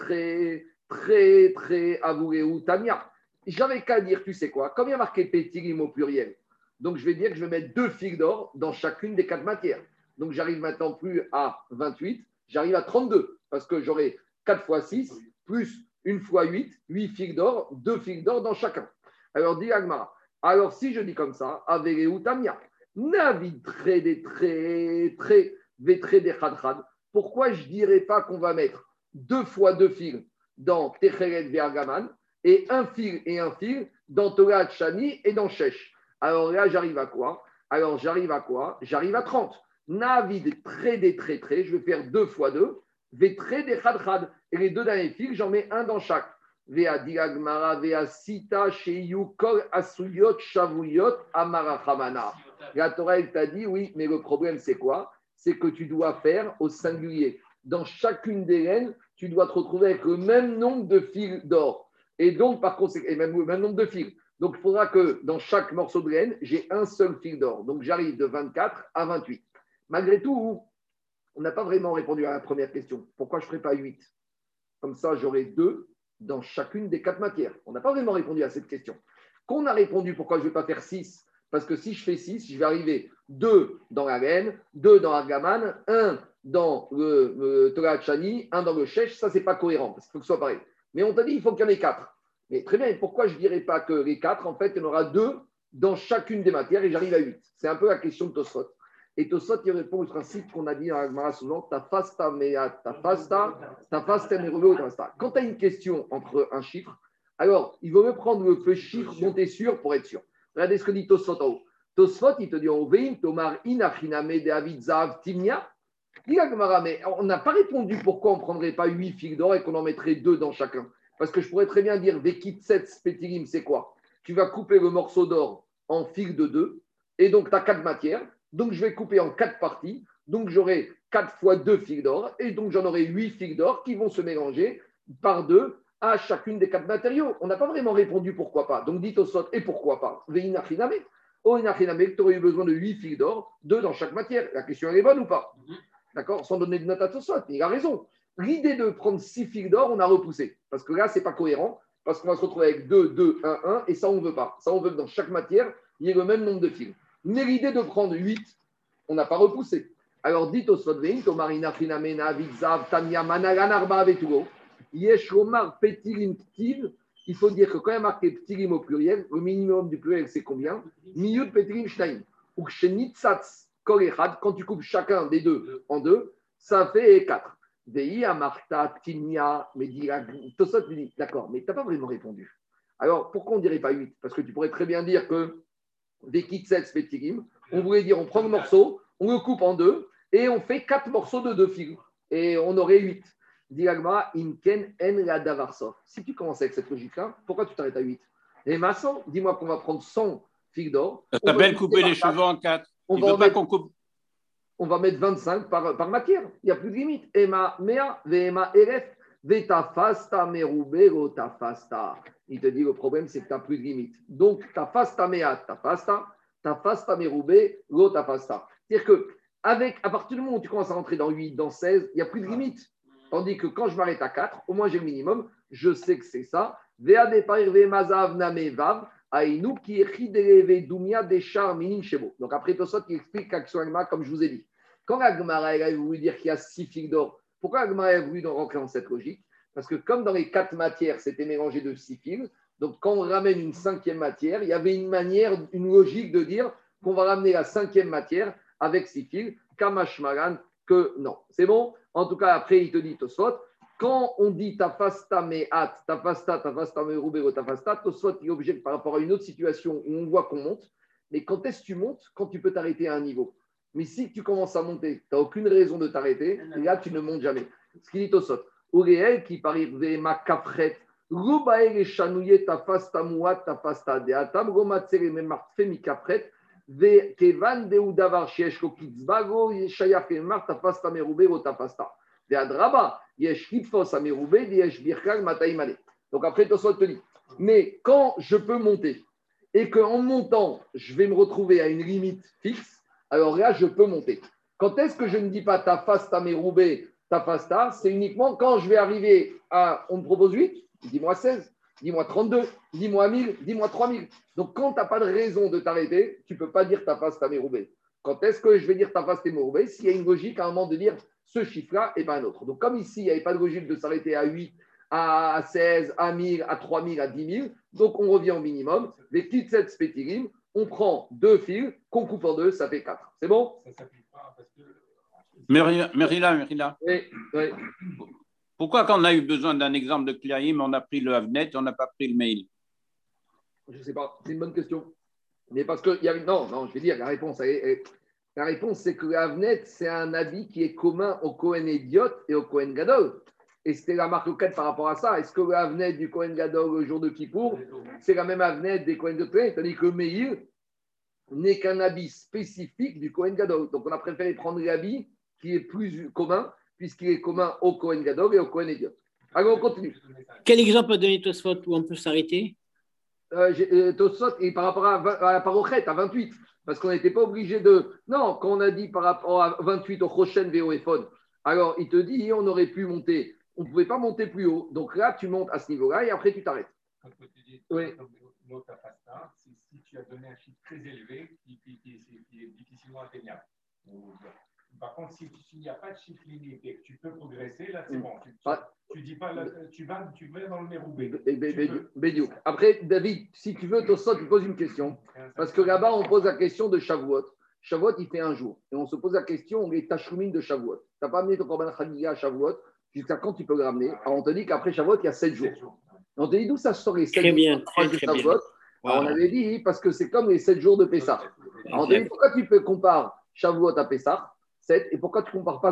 très avoué Tamia. J'avais qu'à dire, tu sais quoi, comme il y a marqué pétirim au pluriel, donc je vais dire que je vais mettre 2 fils d'or dans chacune des 4 matières. Donc, j'arrive maintenant plus à 28, j'arrive à 32, parce que j'aurai 4 fois 6, plus 1 fois 8, 8 fils d'or, 2 fils d'or dans chacun. Alors, dit Agmara. Alors, si je dis comme ça, Avereu Tamia, Navid très des très vétré des khadkhad. Pourquoi je ne dirais pas qu'on va mettre 2 fois 2 fils dans Techeret Vergaman et un fil dans Torat Shani et dans Shesh? Alors là, j'arrive à quoi? J'arrive à 30. Navid très des très, je vais faire 2 fois 2, vétré des khadkhad. Et les 2 derniers fils, j'en mets un dans chaque. Vea Dilagmara, Vea Sita, Sheyu, Kol, Asuyot, Shavuyot, Amarachamana. La Torah, elle t'a dit, oui, mais le problème, c'est quoi? C'est que tu dois faire au singulier. Dans chacune des laines, tu dois te retrouver avec le même nombre de fils d'or. Et donc, par conséquent, et même le même nombre de fils. Donc, il faudra que dans chaque morceau de laine, j'ai un seul fil d'or. Donc, j'arrive de 24 à 28. Malgré tout, on n'a pas vraiment répondu à la première question. Pourquoi je ne ferai pas 8? Comme ça, j'aurai 2 dans chacune des 4 matières. On n'a pas vraiment répondu à cette question. Qu'on a répondu pourquoi je ne vais pas faire 6? Parce que si je fais 6, je vais arriver 2 dans la laine, 2 dans l'Argaman, 1 dans le Torah Chani, 1 dans le Shesh. Ça, ce n'est pas cohérent, parce qu'il faut que ce soit pareil. Mais on t'a dit qu'il faut qu'il y en ait 4. Mais très bien, pourquoi je ne dirais pas que les 4, en fait, il y en aura 2 dans chacune des matières et j'arrive à 8? C'est un peu la question de Tosfot. Et Tosfot, il répond au principe qu'on a dit dans la Gemara souvent, ta fasta meat, ta fasta merulo, ta fasta. Quand tu as une question entre un chiffre, alors il vaut mieux prendre le chiffre dont tu es sûr pour être sûr. Regardez ce que dit Tosfot en haut. Tosfot, il te dit en haut, Veim, Tomar, Inachiname, de Avidzav, Timnia. Dit la Gemara, mais on n'a pas répondu pourquoi on ne prendrait pas 8 fils d'or et qu'on en mettrait 2 dans chacun. Parce que je pourrais très bien dire, Vekitset Spetilim, c'est quoi? Tu vas couper le morceau d'or en fils de 2, et donc tu as 4 matières. Donc, je vais couper en 4 parties. Donc, j'aurai 4 fois 2 fils d'or. Et donc, j'en aurai 8 fils d'or qui vont se mélanger par 2 à chacune des 4 matériaux. On n'a pas vraiment répondu pourquoi pas. Donc, dites au sot, et pourquoi pas? Veinachiname. Oh, inachiname, tu aurais eu besoin de 8 fils d'or, 2 dans chaque matière. La question, elle est bonne ou pas? D'accord? Sans donner de note à Tosfot. Il a raison. L'idée de prendre 6 fils d'or, on a repoussé. Parce que là, ce n'est pas cohérent. Parce qu'on va se retrouver avec 2, 2, 1, 1. Et ça, on ne veut pas. Ça, on veut que dans chaque matière, il y ait le même nombre de fils. Mais l'idée de prendre 8, on n'a pas repoussé. Alors, dites au Sotvein, Tomarina Finamena, Vitzav, Tanya, Managan, Arba, Vetugo, Yesh Romar, Petirim, Ptiv. Il faut dire que quand il y a marqué Ptirim au pluriel, le minimum du pluriel, c'est combien? Miyud Petirim Shtaim. Ou Kshenitsats, Korechad, quand tu coupes chacun des 2 en 2, ça fait 4. Vei, Amarta, Timnia, Medira. Tosot lui dit, d'accord, mais tu n'as pas vraiment répondu. Alors, pourquoi on ne dirait pas 8? Parce que tu pourrais très bien dire que Vekitsets, Petirim, on voulait dire, on prend le morceau, on le coupe en 2 et on fait 4 morceaux de 2 fils. Et on aurait 8. Diagma, Inken, En, la Davarsov. Si tu commences avec cette logique-là, pourquoi tu t'arrêtes à 8? Et Masson, dis-moi qu'on va prendre 100 fils d'or. Ça s'appelle couper les cheveux en 4. On va mettre 25 par matière. Il n'y a plus de limite. Ema, Mea, Vema, Eref, Veta Fasta, Merube, ta Fasta. Il te dit, le problème, c'est que tu n'as plus de limite. Donc, ta Fasta, Mea, ta Fasta. Ta fasta meroubé, l'autre fasta. C'est-à-dire qu'à partir du moment où tu commences à rentrer dans 8, dans 16, il n'y a plus de limite. Tandis que quand je m'arrête à 4, au moins j'ai le minimum, je sais que c'est ça. Vea de parir ve mazav name vav, aïnou qui est dumia des chars minim shebo. Donc après Tosot, il explique qu'Aksuagma, comme je vous ai dit. Quand Agmara a voulu dire qu'il y a 6 fils d'or, pourquoi Agmara a voulu rentrer dans cette logique? Parce que comme dans les 4 matières, c'était mélangé de 6 fils, donc, quand on ramène une 5e matière, il y avait une logique de dire qu'on va ramener la 5e matière avec 6 fils, Kamashmaran, que non. C'est bon? En tout cas, après, il te dit Tosfot, quand on dit tafasta me'at, tafasta me'rubero, tafasta, Tosfot il objecte par rapport à une autre situation où on voit qu'on monte. Mais quand est-ce que tu montes? Quand tu peux t'arrêter à un niveau. Mais si tu commences à monter, tu n'as aucune raison de t'arrêter, et là, tu ne montes jamais. Ce qu'il dit Tosfot, Uriel qui parie Vema Kapret, Rubael et Chanouye tafasta muat tafasta de atam romatsere memartfe mikapret ve kevan de udavar shieshko kitzbago shayach emar tafasta merube o tafasta ve adraba yesh kitfos amerube yesh birkal mataimane. Donc après Tosot te dit, mais quand je peux monter et qu'en montant je vais me retrouver à une limite fixe, alors là je peux monter. Quand est-ce que je ne dis pas tafasta merube tafasta, c'est uniquement quand je vais arriver à, on me propose 8. Dis-moi 16, dis-moi 32, dis-moi 1000, dis-moi 3000. Donc, quand tu n'as pas de raison de t'arrêter, tu ne peux pas dire ta face, ta méroubée. Quand est-ce que je vais dire ta face, ta méroubée? S'il y a une logique à un moment de dire ce chiffre-là et pas un autre. Donc, comme ici, il n'y avait pas de logique de s'arrêter à 8, à 16, à 1000, à 3000, à 10 000, donc on revient au minimum. Les petites 7 spétirim, On prend 2 fils qu'on coupe en 2, ça fait 4. C'est bon? Ça s'applique pas parce que. Merila. Oui. Pourquoi quand on a eu besoin d'un exemple de Kliaïm, on a pris le Havnet, on n'a pas pris le Meil? Je ne sais pas, c'est une bonne question. Mais parce que, non, je vais dire, la réponse, la réponse, c'est que l'Avnet, c'est un habit qui est commun au Kohen Idiot et au Kohen Gadol. Et c'était la marque 4 par rapport à ça. Est-ce que l'Avnet du Kohen Gadol le jour de Kippour, c'est la même Avnet des Kohen de Tlé? C'est-à-dire que le Meir n'est qu'un habit spécifique du Kohen Gadol. Donc, on a préféré prendre l'habit qui est plus commun, puisqu'il est commun au Kohen Gadol et au Kohen Idiot. Alors, on continue. Quel exemple a donné Tosfot où on peut s'arrêter? Tosfot, et par rapport à la Parochet, à 28, parce qu'on n'était pas obligé de. Non, quand on a dit par rapport à 28 au Choshen Véo Ephod, alors il te dit on aurait pu monter, on ne pouvait pas monter plus haut. Donc là, tu montes à ce niveau-là et après tu t'arrêtes. Quand tu dis oui. Si tu as donné un chiffre très élevé qui est difficilement atteignable. Par contre, s'il n'y a pas de chiffre limité, que tu peux progresser, là, c'est bon. Tu dis pas, là, tu vas dans le Méroubé. Après, David, si tu veux, Tosfot, tu poses une question. Parce que là-bas, on pose la question de Shavuot. Shavuot, il fait un jour. Et on se pose la question, les tachoumin de Shavuot. Tu n'as pas amené ton Korban Chagiga à Shavuot. Jusqu'à quand tu peux le ramener? Alors, on te dit qu'après Shavuot, il y a 7 jours. Et on te dit d'où ça sort les 7 très jours bien, de très Shavuot. bien. Alors, on avait dit, parce que c'est comme les 7 jours de Pessah. Alors, on te dit, pourquoi tu peux comparer Shavuot à Pessah 7, et pourquoi tu ne compares pas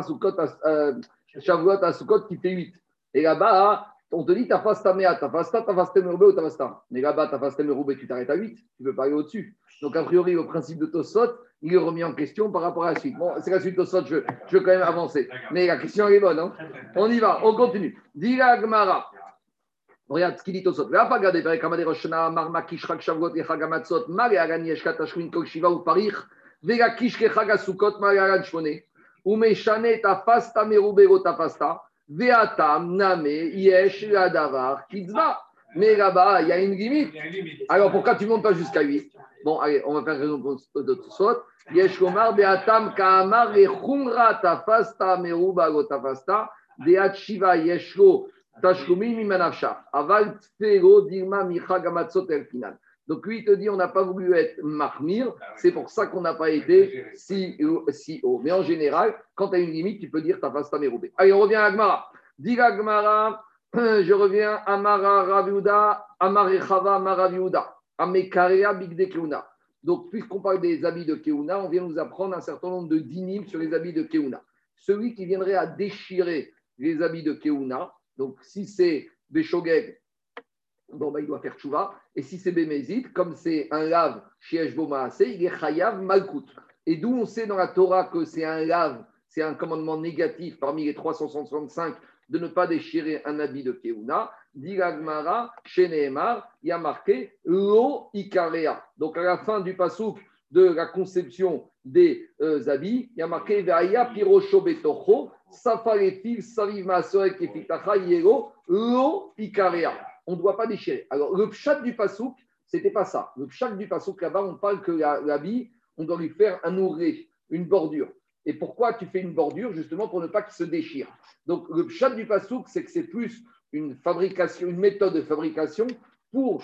Shavuot à Sukkot qui fait 8? Et là-bas, on te dit, tu as Fasta Mea, tu as Fasta, tu as Fasta Meroubé ou tu as Fasta. Mais là-bas, tu as Fasta Meroubé, tu t'arrêtes à 8, tu ne peux pas aller au-dessus. Donc, a priori, le principe de Tosfot, il est remis en question par rapport à la suite. Bon, c'est la suite de Tosfot, je veux quand même avancer. Mais la question, elle est bonne. Hein. On y va, on continue. Dira Gmara. Regarde ce qu'il dit Tosfot. Va pas regarder, Perek Hamad Roshana, Marma Kishrak Shavuot, Echagamatzot, Mare Agani Eshkat Ashwin Kol Shiva ou Parich, Vega Kishke Chagasukot, Mare Agan Shmone. Umeshane ta fasta merubero ta fasta, veatam name yesh la davar kitzva. Mais là-bas, il y a une limite. Alors pourquoi tu ne montes pas jusqu'à 8? Bon, allez, on va faire raison de tout ça. Yesh komar beatam kaamar rechumra ta fasta merubero ta fasta, deat shiva yeshlo tashlumin mimanafsha. Aval tfero dirma micha gamatzot el final. Donc lui, il te dit, on n'a pas voulu être mahmir, c'est pour ça qu'on n'a pas été si haut. Mais en général, quand tu as une limite, tu peux dire ta fasta meroubé. Allez, on revient à Agmara. Dis Agmara, je reviens à Mara Raviuda, Amarechava Maraviuda, Amekarea Bigde Keuna. Donc, puisqu'on parle des habits de Keuna, on vient nous apprendre un certain nombre de dynimes sur les habits de Keuna. Celui qui viendrait à déchirer les habits de Keuna, donc si c'est Beshogeg, bon, il doit faire tchouva. Et si c'est Bémézid, comme c'est un lave chez Eshbo Maasé, il est chayav malkout. Et d'où on sait dans la Torah que c'est un lave, c'est un commandement négatif parmi les 365 de ne pas déchirer un habit de Keuna. Dit Agmara, chez Nehemar, il y a marqué Lo Ikarea. Donc à la fin du pasouk de la conception des habits, il y a marqué Veaya Pirosho Betocho, Safaretil Saviv Maasorek Efitacha Yero, Lo Ikarea. On ne doit pas déchirer. Alors, le pshat du pasouk, ce n'était pas ça. Le pshat du pasouk, là-bas, on parle que l'habit, on doit lui faire un ouré, une bordure. Et pourquoi tu fais une bordure? Justement, pour ne pas qu'il se déchire. Donc, le pshat du pasouk, c'est que c'est plus une fabrication, une méthode de fabrication pour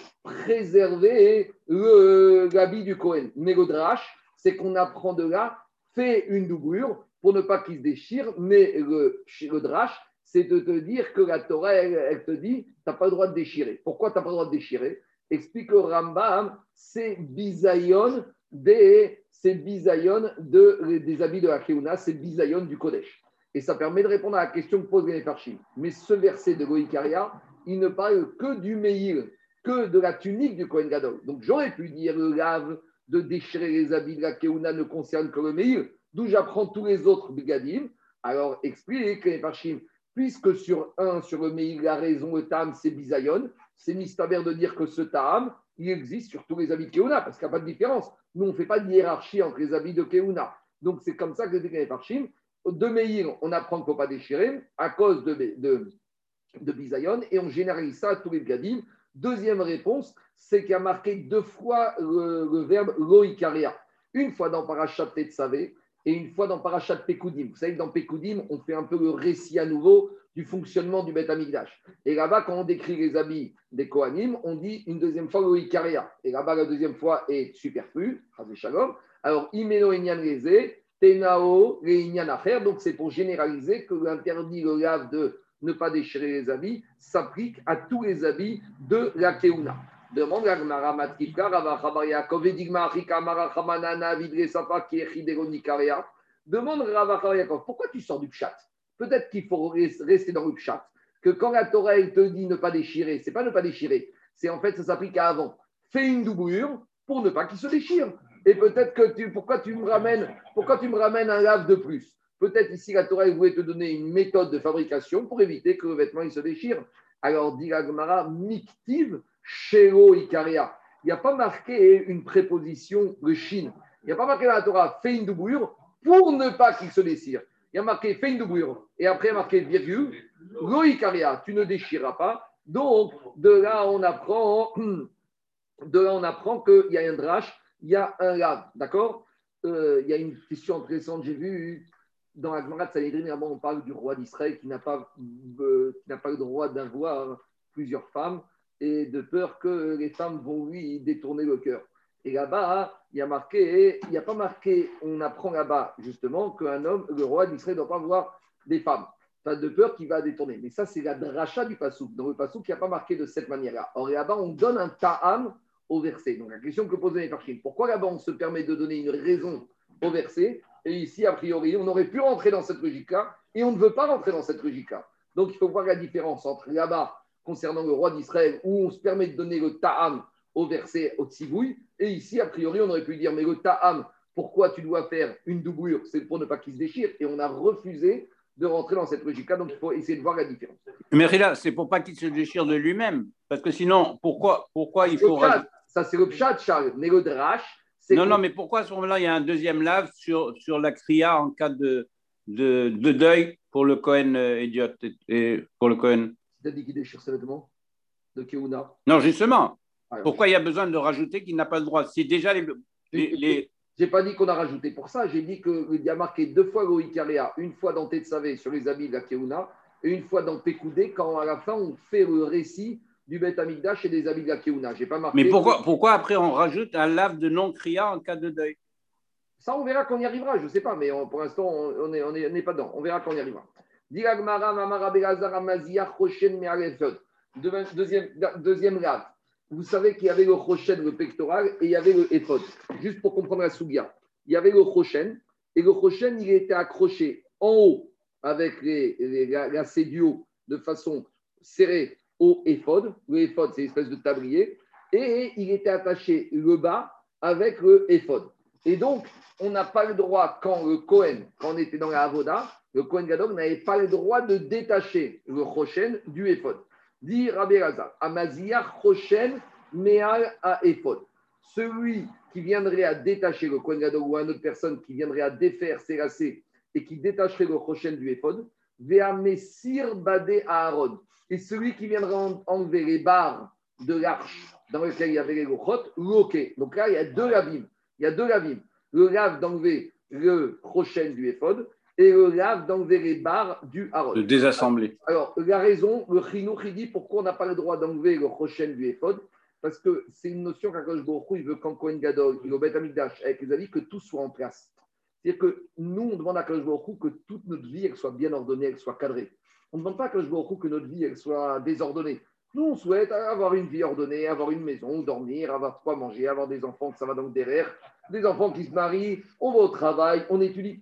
préserver l'habit du Kohen. Mais le drash, c'est qu'on apprend de là, fais une doublure pour ne pas qu'il se déchire, mais le drash, c'est de te dire que la Torah, elle te dit, tu n'as pas le droit de déchirer. Pourquoi tu n'as pas le droit de déchirer? Explique le Rambam, c'est bisayon des habits de la Keuna, c'est bisayon du Kodesh. Et ça permet de répondre à la question que pose les Farshim. Mais ce verset de Goïkaria, il ne parle que du Meir, que de la tunique du Kohen Gadol. Donc j'aurais pu dire le lave de déchirer les habits de la Keuna ne concerne que le Meir, d'où j'apprends tous les autres bigadim. Alors explique les Farshim. Puisque sur le Meir, la raison, le Ta'am, c'est bisayon, c'est mistaber de dire que ce Ta'am, il existe sur tous les habits de Keuna, parce qu'il n'y a pas de différence. Nous, on ne fait pas de hiérarchie entre les habits de Keuna. Donc, c'est comme ça que les Parchim. De Meir, on apprend qu'il ne faut pas déchirer à cause de bisayon, et on généralise ça à tous les gadim. Deuxième réponse, c'est qu'il y a marqué 2 fois le verbe loïkaria. Une fois dans Parashat Tetzavé, et une fois dans Parashat Pekoudim. Vous savez que dans Pekoudim, on fait un peu le récit à nouveau du fonctionnement du Beth Amikdash. Et là-bas, quand on décrit les habits des Kohanim, on dit une deuxième fois le Ikaria. Et là-bas, la deuxième fois est superflue, Chazé Shalom. Alors, Imeno Inyan Leze, Tenao le Inyan Acher. Donc, c'est pour généraliser que l'interdit, le lave de ne pas déchirer les habits, s'applique à tous les habits de la Keuna. Demande la Gemara Matkifka, Rava Chabar Yaakov, Edigma Achika Mara Chamanana, Vidre Safa, Kiechidero Nikaria. Demande Rava Chabar Yaakov, pourquoi tu sors du pshat? Peut-être qu'il faut rester dans le pshat, que quand la Torah elle te dit ne pas déchirer, c'est pas ne pas déchirer, c'est en fait ça s'applique à avant. Fais une doublure pour ne pas qu'il se déchire. Et peut-être que pourquoi tu me ramènes un lave de plus? Peut-être ici la Torah elle voulait te donner une méthode de fabrication pour éviter que le vêtement il se déchire. Alors dit la Gemara, Miktiv Shelo Ikaria. Il n'y a pas marqué une préposition le shin. Il n'y a pas marqué dans la Torah fais une doublure pour ne pas qu'il se déchire. Il y a marqué fais une doublure et après il y a marqué virgule lo Ikaria, tu ne déchireras pas. Donc de là on apprend qu'il y a un drash, il y a un lave, d'accord. Il y a une question intéressante, j'ai vu dans la Gemara de Sanhedrin, on parle du roi d'Israël qui n'a pas le droit d'avoir plusieurs femmes et de peur que les femmes vont lui détourner le cœur. Et là-bas, il n'y a pas marqué, on apprend là-bas justement qu'un homme, le roi d'Israël, ne doit pas avoir des femmes. Pas de peur qu'il va détourner. Mais ça, c'est la dracha du Passouk. Dans le Passouk, il n'y a pas marqué de cette manière-là. Or, là-bas, on donne un ta'am au verset. Donc, la question que posent les Farshim, pourquoi là-bas, on se permet de donner une raison au verset? Et ici, a priori, on aurait pu rentrer dans cette logique-là et on ne veut pas rentrer dans cette logique-là. Donc, il faut voir la différence entre là-bas, concernant le roi d'Israël, où on se permet de donner le ta'am au verset au tsibouille, et ici, a priori, on aurait pu dire, mais le ta'am, pourquoi tu dois faire une doublure? C'est pour ne pas qu'il se déchire, et on a refusé de rentrer dans cette logique-là, donc il faut essayer de voir la différence. Mais Rila, c'est pour pas qu'il se déchire de lui-même, parce que sinon, pourquoi il faut... Ça, c'est le pshat, Charles, mais le drash, non, mais pourquoi à ce moment-là, il y a un deuxième lave sur la kriya en cas de deuil pour le Kohen idiot et pour le Kohen? Tu as dit qu'il déchire ses vêtements de Keuna? Non, justement. Alors, pourquoi il y a besoin de rajouter qu'il n'a pas le droit? C'est déjà les... J'ai pas dit qu'on a rajouté pour ça. J'ai dit qu'il y a marqué 2 fois le Ikaria, une fois dans Tetsavé sur les habits de la Keuna et une fois dans Pekoudé quand à la fin on fait le récit du Beth Amikdash et des habits de la Keuna. J'ai pas marqué. Mais pourquoi après on rajoute un lave de non-kriya en cas de deuil? Ça, on verra quand on y arrivera. Je ne sais pas, mais pour l'instant, on n'est pas dedans. On verra quand on y arrivera. Deuxième lave. Vous savez qu'il y avait le choshen, le pectoral, et il y avait le éphod. Juste pour comprendre la sougia. Il y avait le choshen, et le choshen, il était accroché en haut avec la sédio de façon serrée au éphod. Le éphod, c'est une espèce de tablier. Et il était attaché le bas avec le éphod. Et donc, on n'a pas le droit, quand on était dans la Avoda, le Kohen Gadol n'avait pas le droit de détacher le choshen du éphod. Dit Rabbi Elazar, Amazia choshen meal à éphod. Celui qui viendrait à détacher le Kohen Gadol ou une autre personne qui viendrait à défaire ses lacets et qui détacherait le choshen du éphod, vea messir badé à Aaron. Et celui qui viendrait enlever les barres de l'arche dans lequel il y avait les lochot, loqué. Donc là, il y a deux lavim. Le lave d'enlever le choshen du éphod et le lave d'enlever les barres du Aaron. De désassembler. Alors, la raison, le chinouk, il dit pourquoi on n'a pas le droit d'enlever le choshen du éphod, parce que c'est une notion qu'Akadosh Baruch Hu, il veut qu'en Kohen Gadol, il au Beth Amikdash, avec les avis, que tout soit en place. C'est-à-dire que nous, on demande à Akadosh Baruch Hu que toute notre vie, elle soit bien ordonnée, elle soit cadrée. On ne demande pas à Akadosh Baruch Hu que notre vie, elle soit désordonnée. Nous, on souhaite avoir une vie ordonnée, avoir une maison, dormir, avoir quoi manger, avoir des enfants, que ça va dans le derrière, des enfants qui se marient, on va au travail, on étudie.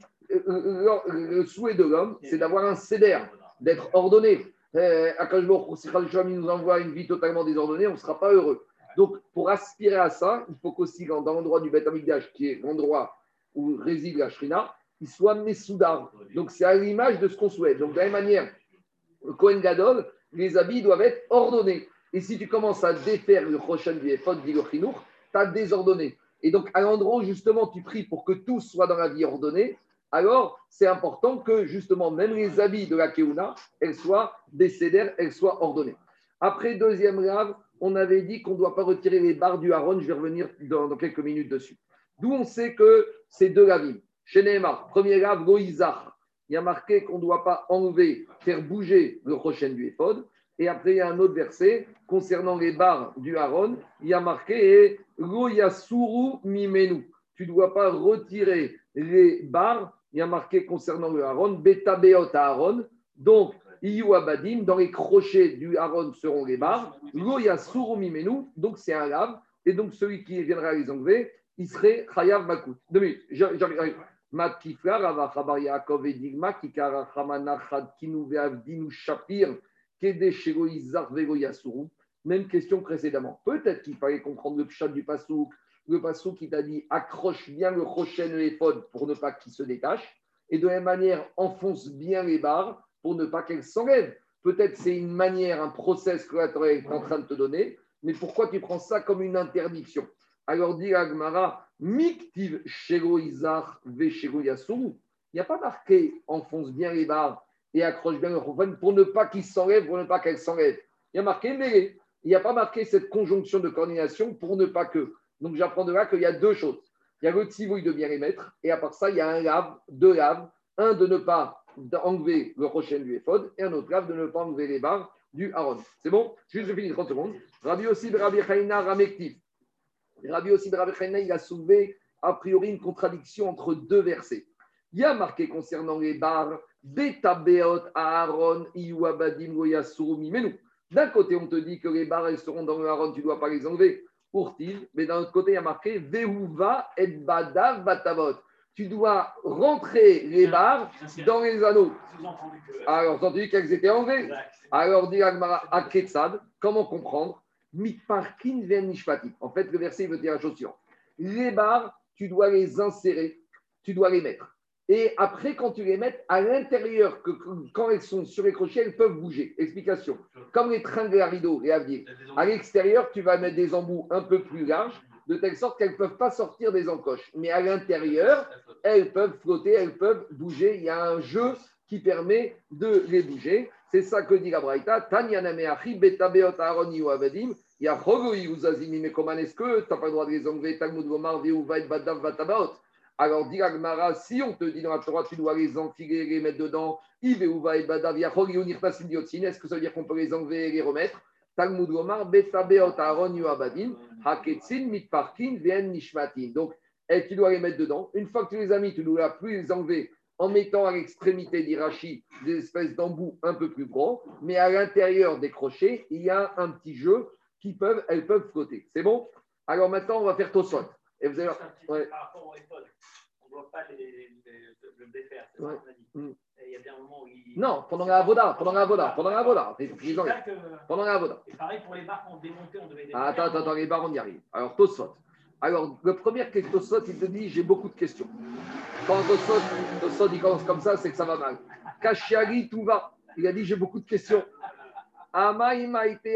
Le souhait de l'homme, c'est d'avoir un seder, d'être ordonné. Akadosh Baruch Hu, si Chachamim nous envoie une vie totalement désordonnée, on ne sera pas heureux. Donc, pour aspirer à ça, il faut qu'aussi, dans l'endroit du Beth Amikdash, qui est l'endroit où réside la Shrina, il soit Messoudar. Donc, c'est à l'image de ce qu'on souhaite. Donc, de la même manière, le Kohen Gadol, les habits doivent être ordonnés. Et si tu commences à défaire le Choshen du Ephod, dit le Chinour, tu as désordonné. Et donc, à l'endroit où justement tu pries pour que tout soit dans la vie ordonnée, alors c'est important que justement, même les habits de la Keuna, elles soient décédées, elles soient ordonnées. Après, deuxième lave, on avait dit qu'on ne doit pas retirer les barres du Aaron. Je vais revenir dans quelques minutes dessus. D'où on sait que c'est deux lavim. Chez Neymar, premier lave, Goïzar. Il y a marqué qu'on ne doit pas enlever, faire bouger le prochain du éphod. Et après, il y a un autre verset concernant les barres du Aaron. Il y a marqué Lo Yasuru Mimenu. Tu ne dois pas retirer les barres. Il y a marqué concernant le Aaron Beta Beot Aaron. Donc, Iyu Abadim, dans les crochets du Aaron seront les barres. Lo Yasuru Mimenu. Donc, c'est un lave. Et donc, celui qui viendra les enlever, il serait Chayav Makut. 2 minutes. J'arrive. Matkifla, Rava Chabar Yaakov et Digma, Kikara Chamana Chadkinu Veavdinu Shapir, Kede Shego Izar Vego Yasuru. Même question précédemment. Peut-être qu'il fallait comprendre le pshat du Passouk. Le Passouk qui t'a dit accroche bien le crochet de l'éphod pour ne pas qu'il se détache. Et de la même manière, enfonce bien les barres pour ne pas qu'elles s'enlèvent. Peut-être c'est une manière, un process que la Torah est en train de te donner. Mais pourquoi tu prends ça comme une interdiction? Alors dit Agmara, Miktiv Shego Izar Ve Shego Yasuru. Il n'y a pas marqué enfonce bien les barres et accroche bien le crochet pour ne pas qu'il s'enlève, pour ne pas qu'elles s'enlèvent. Il y a marqué mêlé. Il n'y a pas marqué cette conjonction de coordination pour ne pas que. Donc j'apprends de là qu'il y a 2 choses. Il y a le tzivouille de bien les mettre, et à part ça, il y a un lave, 2 laves. Un de ne pas enlever le crochet du éphod, et un autre lave de ne pas enlever les barres du Aaron. C'est bon? Juste, je finis 30 secondes. Rabbi Yossi Rabbi Chaina Ramektiv. Rabbi Yossi Rabbi Chaina, il a soulevé a priori une contradiction entre 2 versets. Il y a marqué concernant les barres, Betabeot Aaron Iyu Abadim Goyasuru Mimenu. D'un côté, on te dit que les barres, elles seront dans le Aaron, tu ne dois pas les enlever. Urtiv, mais d'un autre côté, il y a marqué Vehuva et Badav Batavot. Tu dois rentrer les barres dans les anneaux. Alors, tu as entendu qu'elles étaient enlevées. Alors, dit Agmara Aketsad, comment comprendre? Mitparkin ven nishpati. En fait, le verset, il veut dire la chose suivante. Les barres, tu dois les insérer, tu dois les mettre. Et après, quand tu les mets à l'intérieur, quand elles sont sur les crochets, elles peuvent bouger. Explication. Comme les tringles à rideau et à biais. À l'extérieur, tu vas mettre des embouts un peu plus larges, de telle sorte qu'elles ne peuvent pas sortir des encoches. Mais à l'intérieur, elles peuvent flotter, elles peuvent bouger. Il y a un jeu qui permet de les bouger. C'est ça que dit la Braïta. Tanyana me'achi betabeot aaron yu avadim. Il y a Rogoï uzazimi mekoman. Est-ce que tu n'as pas le droit de les enlever? Talmud gomar veuva et badav vatabaot. Alors, dit Agmara, si on te dit dans la Torah, tu dois les enfiler, les mettre dedans, est-ce que ça veut dire qu'on peut les enlever et les remettre? Talmud Gomar, Betabeot Aaron Yuabadim, Haketsin, Mitparkin, Vien Nishmatin. Donc, tu dois les mettre dedans. Une fois que tu les as mis, tu ne dois plus les enlever en mettant à l'extrémité d'Irachi des espèces d'embouts un peu plus gros, mais à l'intérieur des crochets, il y a un petit jeu elles peuvent flotter. C'est bon? Alors maintenant, on va faire Tosot. Et vous allez... Ouais. Par rapport au méthodes, on ne doit pas le défaire. C'est ça qu'on a dit. Il y a bien un moment où il... Non, pendant la Avoda. Pendant la Avoda. Et pareil pour les barres qu'on démontait, on devait démonter. Attends, les barres, on y arrive. Alors, Tosot. Alors, le premier Tosot, il te dit, j'ai beaucoup de questions. Quand Tosot, il commence comme ça, c'est que ça va mal. Kashiari, tout va. Il a dit, j'ai beaucoup de questions. Il y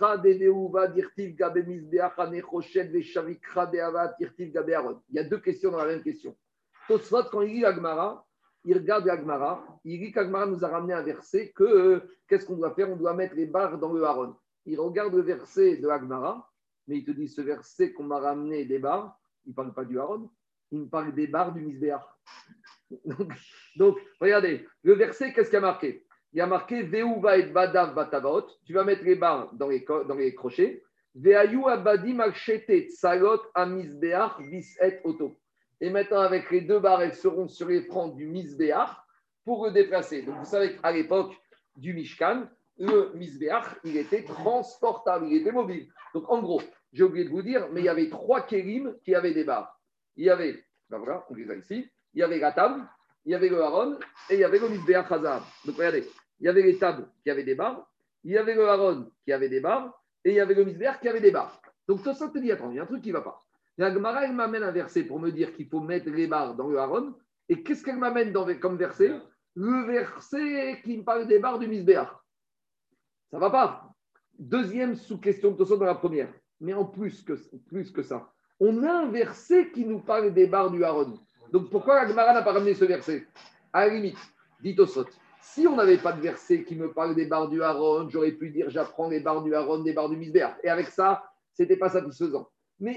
a 2 questions dans la même question. Tosfot, quand il lit l'Agmara, il regarde l'Agmara, il lit qu'Agmara nous a ramené un verset que qu'est-ce qu'on doit faire? On doit mettre les barres dans le Haron. Il regarde le verset de l'Agmara, mais il te dit ce verset qu'on m'a ramené des barres, il ne parle pas du Haron, il me parle des barres du Misbéach. Donc, regardez, le verset, qu'est-ce qu'il y a marqué? Il y a marqué Veuva et Badav Batavaot. Tu vas mettre les barres dans les crochets. Veayu Abadim Alchete Tsalot Amisbeach Vis et Oto. Et maintenant, avec les 2 barres, elles seront sur les francs du Misbeach pour le déplacer. Donc, vous savez qu'à l'époque du Mishkan, le Misbeach, il était transportable, il était mobile. Donc, en gros, j'ai oublié de vous dire, mais il y avait 3 kérim qui avaient des barres. Il y avait, ben voilà, on les a ici, il y avait la table, il y avait le Haron et il y avait le Misbeach Hazav. Donc, regardez. Il y avait les tables qui avaient des barres, il y avait le Haron qui avait des barres, et il y avait le Misbéach qui avait des barres. Donc, tout ça te dit, attends, il y a un truc qui ne va pas. La Gemara, elle m'amène un verset pour me dire qu'il faut mettre les barres dans le Haron. Et qu'est-ce qu'elle m'amène comme verset? Le verset qui me parle des barres du Misbéach. Ça ne va pas. Deuxième sous-question de Tosot dans la première. Mais en plus que ça, on a un verset qui nous parle des barres du Haron. Donc, pourquoi la Gemara n'a pas ramené ce verset? À la limite, dit Tosot. Si on n'avait pas de verset qui me parle des barres du Haron, j'aurais pu dire j'apprends les barres du Haron, des barres du Misbéach. Et avec ça, ce n'était pas satisfaisant. Mais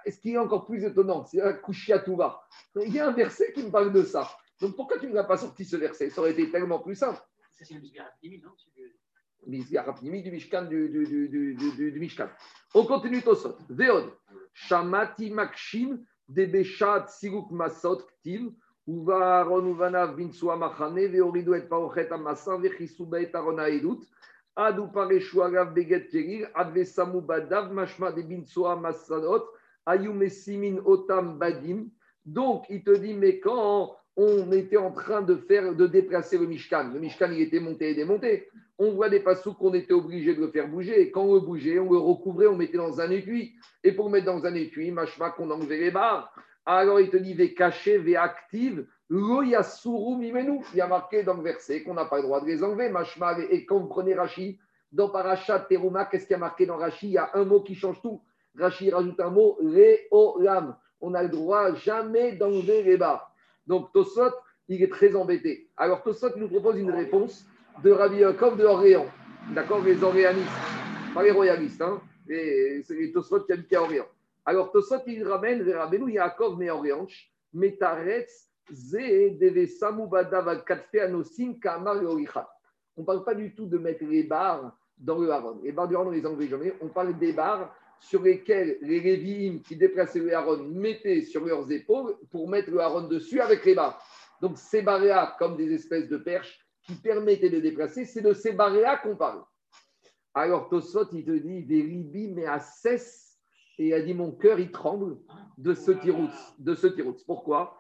ce qui est encore plus étonnant, c'est la Kushia Touva. Il y a un verset qui me parle de ça. Donc pourquoi tu ne l'as pas sorti ce verset? Ça aurait été tellement plus simple. Ça, c'est le Misbéach Pnimi, non? Misbéach Pnimi du Mishkan, du Mishkan. On continue Tosot. Veod. Shamati Makshim, Debeshat Siluk Masot Ktiv, Uva Aaron Uvanav Binsua Machane, Veoridu et Paochet Amasa, Vechisouba et Arona Edut, Adu Pareshu Agav Beget Kerir, Advesamu Badav, Mashma de Binsua Masadot, Ayumesimin Otam Badim. Donc, il te dit, mais quand on était en train de déplacer le Mishkan il était monté et démonté. On voit des passous qu'on était obligé de le faire bouger. Et quand on le bougeait, on le recouvrait, on mettait dans un étui. Et pour mettre dans un étui, machma qu'on enlevait les barres. Alors il te dit, ve caché, ve active, lo yasuru mimenu. Il y a marqué dans le verset qu'on n'a pas le droit de les enlever. Machma, et quand vous prenez Rashi, dans Parashat Teruma, qu'est-ce qu'il y a marqué dans Rashi? Il y a un mot qui change tout. Rashi rajoute un mot, réolam. On a le droit jamais d'enlever les barres. Donc Tosot, il est très embêté. Alors Tosot nous propose une réponse de Rabbi Yaakov de Orléans. D'accord, les Orléanistes, pas les royalistes, hein, c'est les Tosot qui habitent à Orléans. Alors Tosot, il ramène vers Rabbeinu Yaakov Orléans, Metaretz, Ze, Deve Samu Badav Katfe Anosim, Kamar et Orichat. On ne parle pas du tout de mettre les barres dans le Haron. Les barres du Haron, on les enlevait jamais. On parle des barres sur lesquelles les Lévi'im qui déplaçaient le Haron mettaient sur leurs épaules pour mettre le Haron dessus avec les barres. Donc ces barres comme des espèces de perches qui permettaient de déplacer, c'est de ces barres qu'on parle. Alors Tosfot, il te dit, des ribis, mais à cesse, et il a dit, mon cœur, il tremble de ce tiroutz. Pourquoi?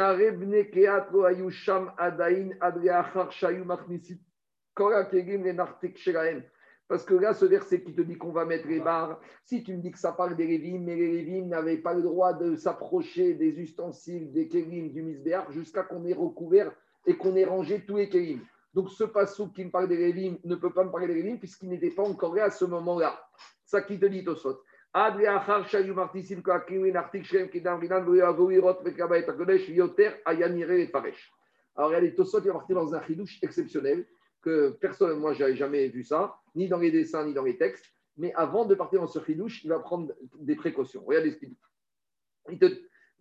Parce que là, ce verset qui te dit qu'on va mettre les barres, si tu me dis que ça parle des Lévim, mais les Lévim n'avaient pas le droit de s'approcher des ustensiles, des kélim, du misbéach, jusqu'à qu'on ait recouvert et qu'on ait rangé tous les kélim. Donc ce passouk qui me parle des Lévim ne peut pas me parler des Lévim puisqu'il n'était pas encore là à ce moment-là. Ça qui te dit Tosfot. Alors regardez, Tosfot est parti dans un chidouche exceptionnel que personne, moi, je n'avais jamais vu ça, ni dans les dessins, ni dans les textes. Mais avant de partir dans ce chidouche, il va prendre des précautions. Regardez ce qu'il dit. Il te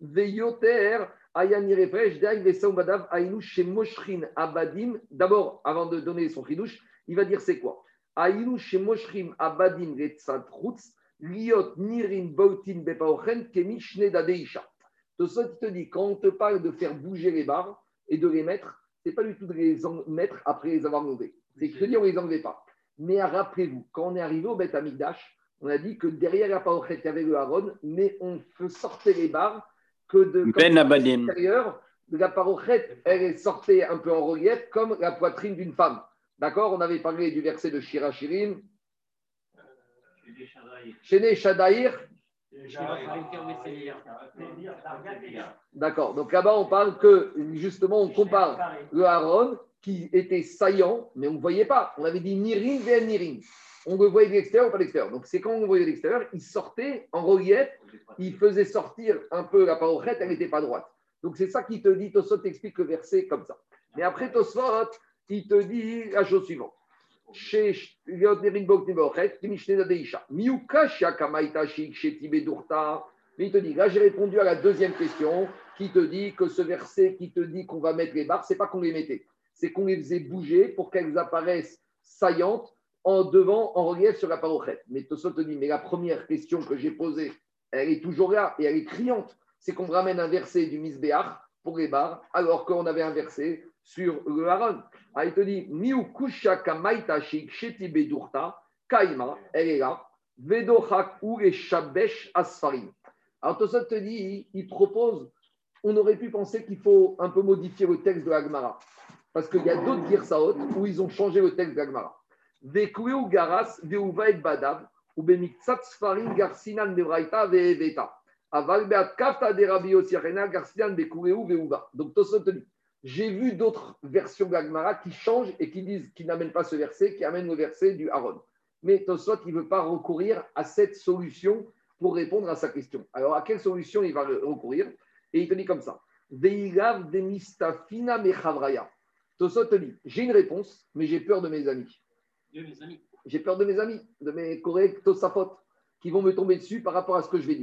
d'abord, avant de donner son chidouche, il va dire c'est quoi? Liot nirin bautin bepaochen kemishne dadeisha. De ça, il te dit, quand on te parle de faire bouger les barres et de les mettre, ce n'est pas du tout de les mettre après les avoir enlevés. C'est que je te dis, on ne les enlevait pas. Mais rappelez-vous, quand on est arrivé au Beth Amikdash, on a dit que derrière la paochet, il y avait le Haron, mais on sortait les barres que de l'extérieur. La paochet, elle sortait un peu en relief comme la poitrine d'une femme. D'accord? On avait parlé du verset de Shira Shirim. Chéné Shadaïr. D'accord. Donc là-bas, on parle que, justement, on compare le Haron qui était saillant, mais on ne le voyait pas. On avait dit Nirin vers Nirin. On le voyait de l'extérieur ou pas de l'extérieur. Donc c'est quand on le voyait de l'extérieur, il sortait en relief, il faisait sortir un peu la paochet, elle n'était pas droite. Donc c'est ça qui te dit, Tosfot t'explique le verset comme ça. Mais après Tosfot, il te dit la chose suivante. Mais il te dit, là j'ai répondu à la deuxième question qui te dit que ce verset qui te dit qu'on va mettre les barres, c'est pas qu'on les mettait, c'est qu'on les faisait bouger pour qu'elles apparaissent saillantes en devant, en relief sur la paochet. Mais Tosfot te dit, mais la première question que j'ai posée, elle est toujours là et elle est criante, c'est qu'on ramène un verset du misbéach pour les barres alors qu'on avait un verset sur le Haron. Ah, il te dit, Miu kushaka maitashik sheti bedurta, kaima, elle est là, vedochak ou et shabesh asfarim. Alors, Tosfot te dit, il propose, on aurait pu penser qu'il faut un peu modifier le texte de la Gemara, parce qu'il y a d'autres girsaot où ils ont changé le texte de la Gemara. Vekueu garas, veuva et badav, ou bemiktsat sfarim garsinan devraita veeveta. Aval beat kafta de Rabbi Yossi Arena garsinan bekueu veuva. Donc, Tosfot te dit, j'ai vu d'autres versions de la Gemara qui changent et qui disent, qui n'amènent pas ce verset, qui amènent le verset du Haron. Mais Tosfot, il ne veut pas recourir à cette solution pour répondre à sa question. Alors, à quelle solution il va recourir? Et il te dit comme ça. Veilav demistafina mechavraya. Tosfot te dit, j'ai une réponse, mais j'ai peur de mes amis. J'ai peur de mes amis, de mes collègues Tosafot, qui vont me tomber dessus par rapport à ce que je vais dire.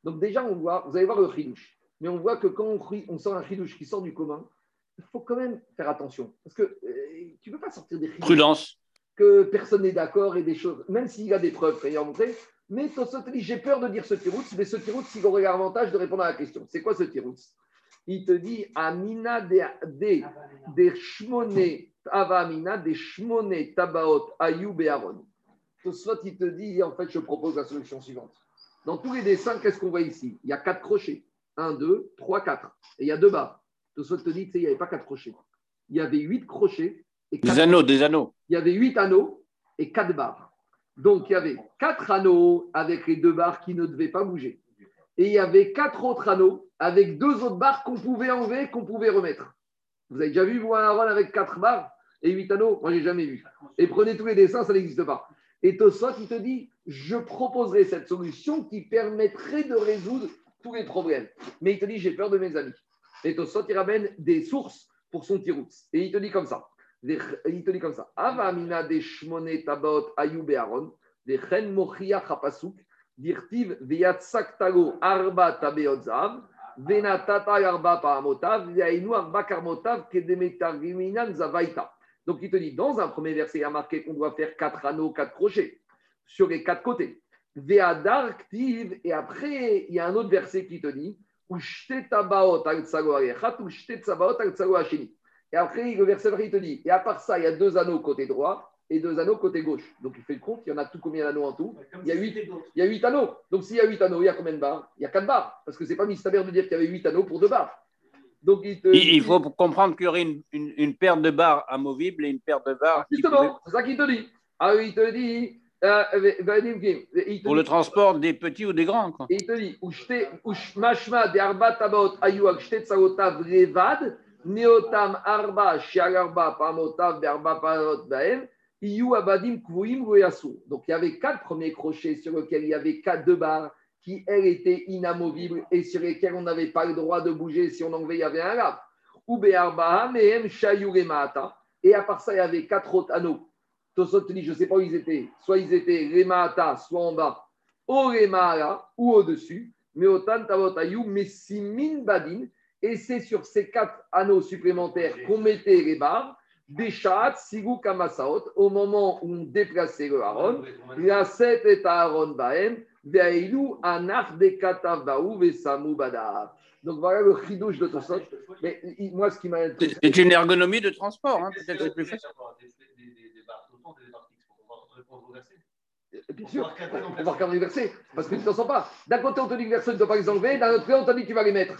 Donc déjà, on voit, vous allez voir le chidouche. Mais on voit que quand on sort un chidouche qui sort du commun, il faut quand même faire attention. Parce que tu ne peux pas sortir des chidouches. Prudence. Que personne n'est d'accord et des choses, même s'il y a des preuves à montrer. Mais Tosot dit, j'ai peur de dire ce tiroutz, mais ce tiroutz, il aurait l'avantage de répondre à la question. C'est quoi ce tiroutz? Il te dit, Amina des shmone, Ava Amina des shmone tabaot ayub et Aaron. Tosot, il te dit, en fait, je propose la solution suivante. Dans tous les dessins, qu'est-ce qu'on voit ici? Il y a 4 crochets. 1, 2, 3, 4. Et il y a 2 barres. Tosot te dit, tu sais, il n'y avait pas 4 crochets. Il y avait 8 crochets. Et des anneaux. Il y avait 8 anneaux et 4 barres. Donc, il y avait 4 anneaux avec les 2 barres qui ne devaient pas bouger. Et il y avait 4 autres anneaux avec 2 autres barres qu'on pouvait enlever, qu'on pouvait remettre. Vous avez déjà vu, vous, un Aaron avec 4 barres et 8 anneaux? Moi, je n'ai jamais vu. Et prenez tous les dessins, ça n'existe pas. Et Tosot, il te dit, je proposerai cette solution qui permettrait de résoudre tous les problèmes. Mais il te dit, j'ai peur de mes amis. Et Tosot, il ramène des sources pour son tiroutz. Et il te dit comme ça. Il te dit comme ça. Ava amina de shmone tabaot ayub et Aaron, de chen mochia chapasuk, dirtiv veyatsak tago arba tabeot zav, venatata arba paamotav, veainu arba karmotav, kedemetargiminan zavaita. Donc il te dit, dans un premier verset, il y a marqué qu'on doit faire 4 anneaux, 4 crochets, sur les 4 côtés. Veadar ktiv, et après, il y a un autre verset qui te dit, ushte tabaot al tsago arechat, ushte tabaot al tsago hasheni. Et après, le verset il te dit, et à part ça, il y a 2 anneaux côté droit et 2 anneaux côté gauche. Donc, il fait le compte, il y en a tout combien d'anneaux en tout? Il y a 8 anneaux. Donc, s'il y a 8 anneaux, il y a combien de barres? Il y a 4 barres. Parce que ce n'est pas mystère de dire qu'il y avait 8 anneaux pour 2 barres. Donc, il faut comprendre qu'il y aurait une paire de barres amovibles et une paire de barres. Justement, c'est ça qu'il te dit. Ah, il te dit. Pour le transport des petits ou des grands. Quoi. Et il te dit, mashma de arba tabaot ayu akshtet sagotav revad. Neotam arba, shiagarba, pamotav, berba, parot, baem, iyu abadim, kvuim, goyasu. Donc il y avait 4 premiers crochets sur lesquels il y avait 2 barres qui, elles, étaient inamovibles et sur lesquelles on n'avait pas le droit de bouger. Si on enlevait, il y avait un lave. Ou be'arba, mehem, shayure, maata. Et à part ça, il y avait 4 autres anneaux. Tosot te dit, je ne sais pas où ils étaient. Soit ils étaient remata, soit en bas, au remara, ou au-dessus. Meotan, tavot, ayu, mesimin, badin. Et c'est sur ces 4 anneaux supplémentaires qu'on mettait les barres, des chats, sigou kamasaot, au moment où on déplaçait le haron, la 7 est à haron baem, ve'ailou anach de katav baou ve'samou badav. Donc voilà le chidouche de Tosot. Mais moi, ce qui m'a intéressé. C'est une ergonomie de transport, hein, peut-être c'est plus facile. Des barres flottants et des barres fixes pour répondre au verset. Bien sûr, on va regarder le verset, parce que tu t'en sens pas. D'un côté, on te dit que le verset ne doit pas les enlever, d'un autre côté, on te dit que tu vas les mettre.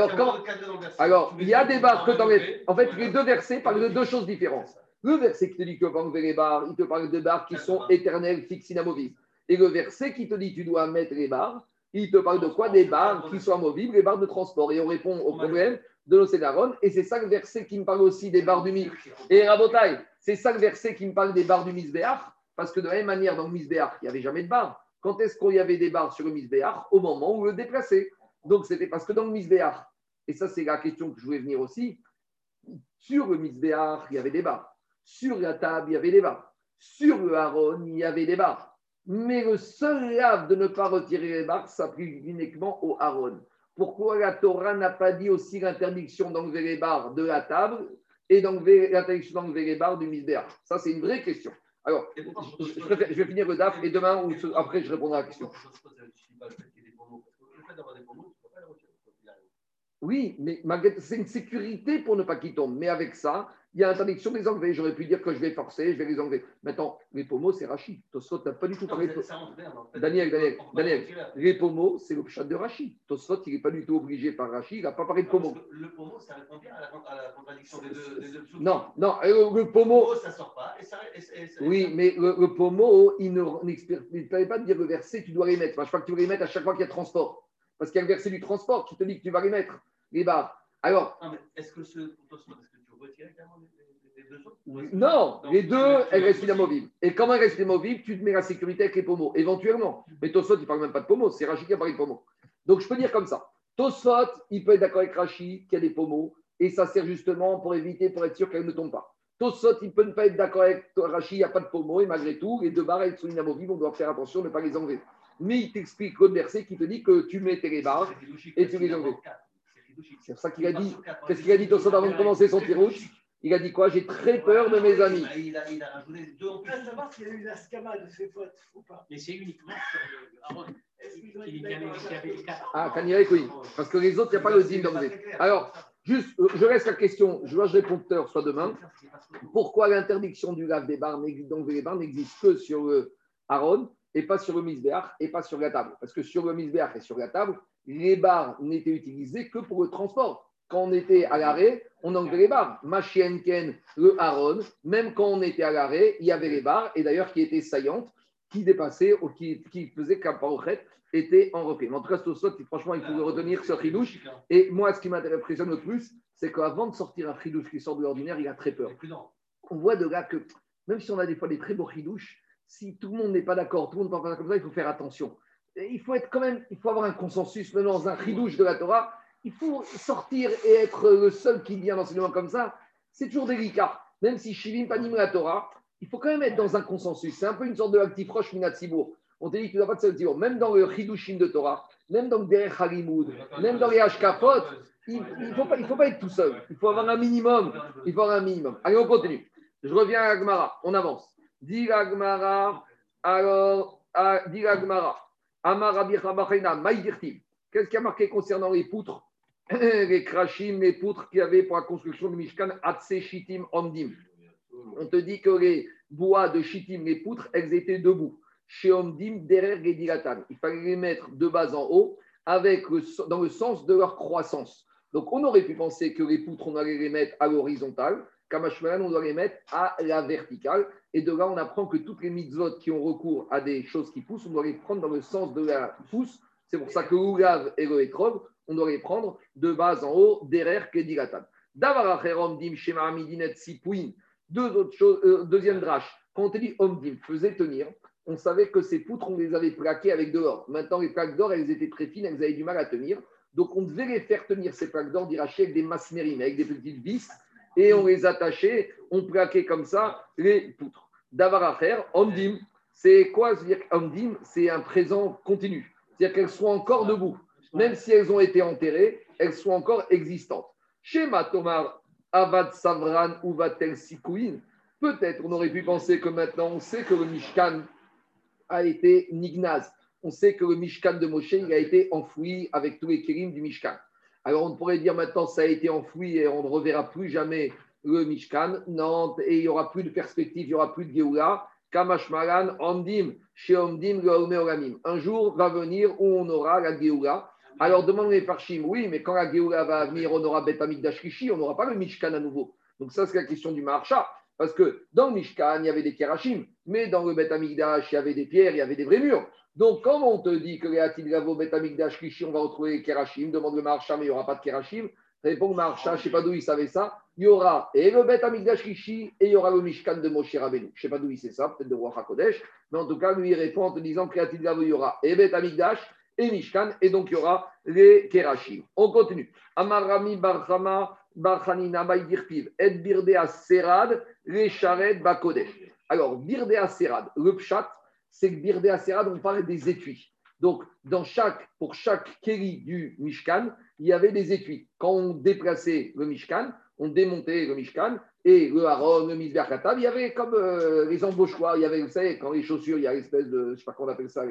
Alors, il y a des barres que tu enlèves. En fait, les 2 versets parlent de 2 choses différentes. Le verset qui te dit que tu vas enlever les barres, il te parle de barres qui sont éternelles, fixes, inamovibles. Et le verset qui te dit que tu dois mettre les barres, il te parle de quoi? Des barres qui sont amovibles, les barres de transport. Et on répond au problème de l'océdaron. Et c'est ça le verset qui me parle aussi des barres du Mizbeach. Et Rabotai, c'est ça le verset qui me parle des barres du Mizbeach. Parce que de la même manière, dans le Mizbeach, il n'y avait jamais de barres. Quand est-ce qu'il y avait des barres sur le Mizbeach? Au moment où on le déplaçait. Donc, c'était parce que dans le Mizbeach, et ça, c'est la question que je voulais venir aussi, sur le Mizbeach, il y avait des barres. Sur la table, il y avait des barres. Sur le haron, il y avait des barres. Mais le seul lave de ne pas retirer les barres s'applique uniquement au haron. Pourquoi la Torah n'a pas dit aussi l'interdiction d'enlever les barres de la table et l'interdiction d'enlever les barres du Mizbeach? Ça, c'est une vraie question. Alors, je vais finir le DAF et demain, ou après, je répondrai à la question. Oui, mais c'est une sécurité pour ne pas qu'ils tombent. Mais avec ça, il y a interdiction de les enlever. J'aurais pu dire que je vais forcer, je vais les enlever. Maintenant, les pommeaux, c'est Rachi. Tosfot n'a pas du tout parlé de Daniel, les pommeaux, c'est le pshat de Rachi. Tosfot, il n'est pas du tout obligé par Rachi, il n'a pas parlé de pommeaux. Le pommeau, ça répond bien à la contradiction des deux psaumes. Non, le pommeau. Ça ne sort pas. Oui, mais le pommeau, il ne permet pas de dire le verset, tu dois les mettre. Enfin, je crois que tu dois les mettre à chaque fois qu'il y a transport. Parce qu'il y a le verset du transport qui te dit que tu vas les mettre, les barres. Alors. Non, mais est-ce que tu retires également les 2 autres? Non, les 2, elles restent inamovibles. Et comment elles restent inamovibles, tu te mets la sécurité avec les pommeaux, éventuellement. Mais Tosfot, il ne parle même pas de pommeaux, c'est Rachi qui a parlé de pommeaux. Donc je peux dire comme ça. Tosfot, il peut être d'accord avec Rachi qu'il y a des pommeaux, et ça sert justement pour éviter, pour être sûr qu'elles ne tombent pas. Tosfot, il peut ne pas être d'accord avec Rachi, il n'y a pas de pommeaux, et malgré tout, les 2 barres, elles sont inamovibles, on doit faire attention de ne pas les enlever. mais il t'explique l'autre verset qui te dit que tu mettais les barres et tu les enlevais. C'est pour ça qu'il a dit, qu'est-ce qu'il a dit Tosot avant de commencer son tirouche? Il a dit quoi? J'ai très peur de mes amis. Il a rajouté 2 en plus. Il savoir s'il y a eu la scama de ses potes ou pas. Mais c'est uniquement sur Aaron. Il y avait les 4. Ah, Kanirek, oui. Parce que les autres, il n'y a pas le dîme d'emblée. Alors, juste, je laisse la question, je réponds tout à l'heure, soit demain. Pourquoi l'interdiction du lave des barres, d'enlever les barres, n'existe que sur le Aaron et pas sur le misbéach et pas sur la table? Parce que sur le misbéach et sur la table, les barres n'étaient utilisées que pour le transport. Quand on était à l'arrêt, on enlevait les barres. Machienken, le Aaron, même quand on était à l'arrêt, il y avait les barres, et d'ailleurs qui étaient saillantes, qui dépassaient ou qui faisaient qu'un parochet était en repli. Mais en tout cas, franchement, il faut le retenir sur Khidouche. Et moi, ce qui m'impressionne le plus, c'est qu'avant de sortir un Khidouche qui sort de l'ordinaire, il a très peur. On voit de là que, même si on a des fois des très beaux Khidouches, si tout le monde n'est pas d'accord, tout le monde ne parle pas comme ça, il faut faire attention. Et il faut avoir un consensus. Même dans un Khidouche de la Torah, il faut sortir et être le seul qui dit un enseignement comme ça. C'est toujours délicat. Même si Shivim Panim la Torah, il faut quand même être dans un consensus. C'est un peu une sorte de actif roche minat Sibour. On te dit qu'il n'y a pas de seul Sibour. Même dans le Chidushim de Torah, même dans le Derech Halimoud, même dans les Hashkafot, il ne faut pas être tout seul. Il faut avoir un minimum. Allez, on continue. Je reviens à Agmara. On avance. Dit Agmara. Alors, dit Agmara. Amar Rabbi Chabachaina, Maïdirtim. Qu'est-ce qui a marqué concernant les poutres, les krachim, les poutres qu'il y avait pour la construction du Mishkan, Atse Shitim Omdim? On te dit que les bois de Shitim, les poutres, elles étaient debout. Chez Omdim, derrière Gedilatan. Il fallait les mettre de bas en haut, dans le sens de leur croissance. Donc, on aurait pu penser que les poutres, on allait les mettre à l'horizontale. Kamashmalan, on doit les mettre à la verticale. Et de là, on apprend que toutes les mitzvot qui ont recours à des choses qui poussent, on doit les prendre dans le sens de la pousse. C'est pour ça que l'Oulav et le Etrov, on doit les prendre de bas en haut, derrière Kedilatan. Davaracher Omdim, Shema Amidinet Sipouin. Deux autres choses, deuxième drache. Quand on te dit Omdim, faisait tenir, on savait que ces poutres, on les avait plaquées avec de l'or. Maintenant, les plaques d'or, elles étaient très fines, elles avaient du mal à tenir. Donc, on devait les faire tenir, ces plaques d'or, d'Irachi, avec des masmérim, avec des petites vis, et on les attachait, on plaquait comme ça les poutres. Davaracher Omdim, c'est quoi? C'est-à-dire Omdim, c'est un présent continu. C'est-à-dire qu'elles soient encore debout. Même si elles ont été enterrées, elles sont encore existantes. Chez Matomar, Avad Savran ou Vatel Sikouin, peut-être on aurait pu penser que maintenant on sait que le Mishkan a été Nignaz. On sait que le Mishkan de Moshe, il a été enfoui avec tous les kérim du Mishkan. Alors on pourrait dire maintenant ça a été enfoui et on ne reverra plus jamais le Mishkan. Non, et il n'y aura plus de perspective, il n'y aura plus de Géoula. Kamashmalan, Omdim, chez Omdim, Olamim. Un jour va venir où on aura la Géoula. Alors demande les Parchim, oui, mais quand la Géoula va venir, on aura Bet Amikdash Rishi, on n'aura pas le Mishkan à nouveau. Donc ça, c'est la question du Maharsha. Parce que dans le Mishkan, il y avait des Kerachim, mais dans le Bet Amikdash, il y avait des pierres, il y avait des vrais murs. Donc quand on te dit que les Atil Gavo, Bet Amikdash Rishi, on va retrouver les Kerachim, demande le Maharsha, mais il n'y aura pas de Kerachim. Répond le Maharsha, je ne sais pas d'où il savait ça. Il y aura et le Bet Amikdash Rishi et il y aura le Mishkan de Moshe Rabbeinu. Je ne sais pas d'où il sait ça, peut-être de Ruach HaKodesh, mais en tout cas, lui, il répond en te disant que il y aura et Bet Amikdash et Mishkan, et donc il y aura les Kerachim. On continue. Amarami Barchama Barchanina Baïdirpiv, Et Birdea Serad, les Chared Bakodesh. Alors, Birdea Serad, le Pshat, c'est que Birdea Serad, on parlait des étuis. Donc, pour chaque kéli du Mishkan, il y avait des étuis. Quand on déplaçait le Mishkan, on démontait le Mishkan et le Haron, le Mizbeach Katav, il y avait comme les embauchoirs, il y avait, vous savez, quand les chaussures, il y a l'espèce de, je ne sais pas comment on appelle ça,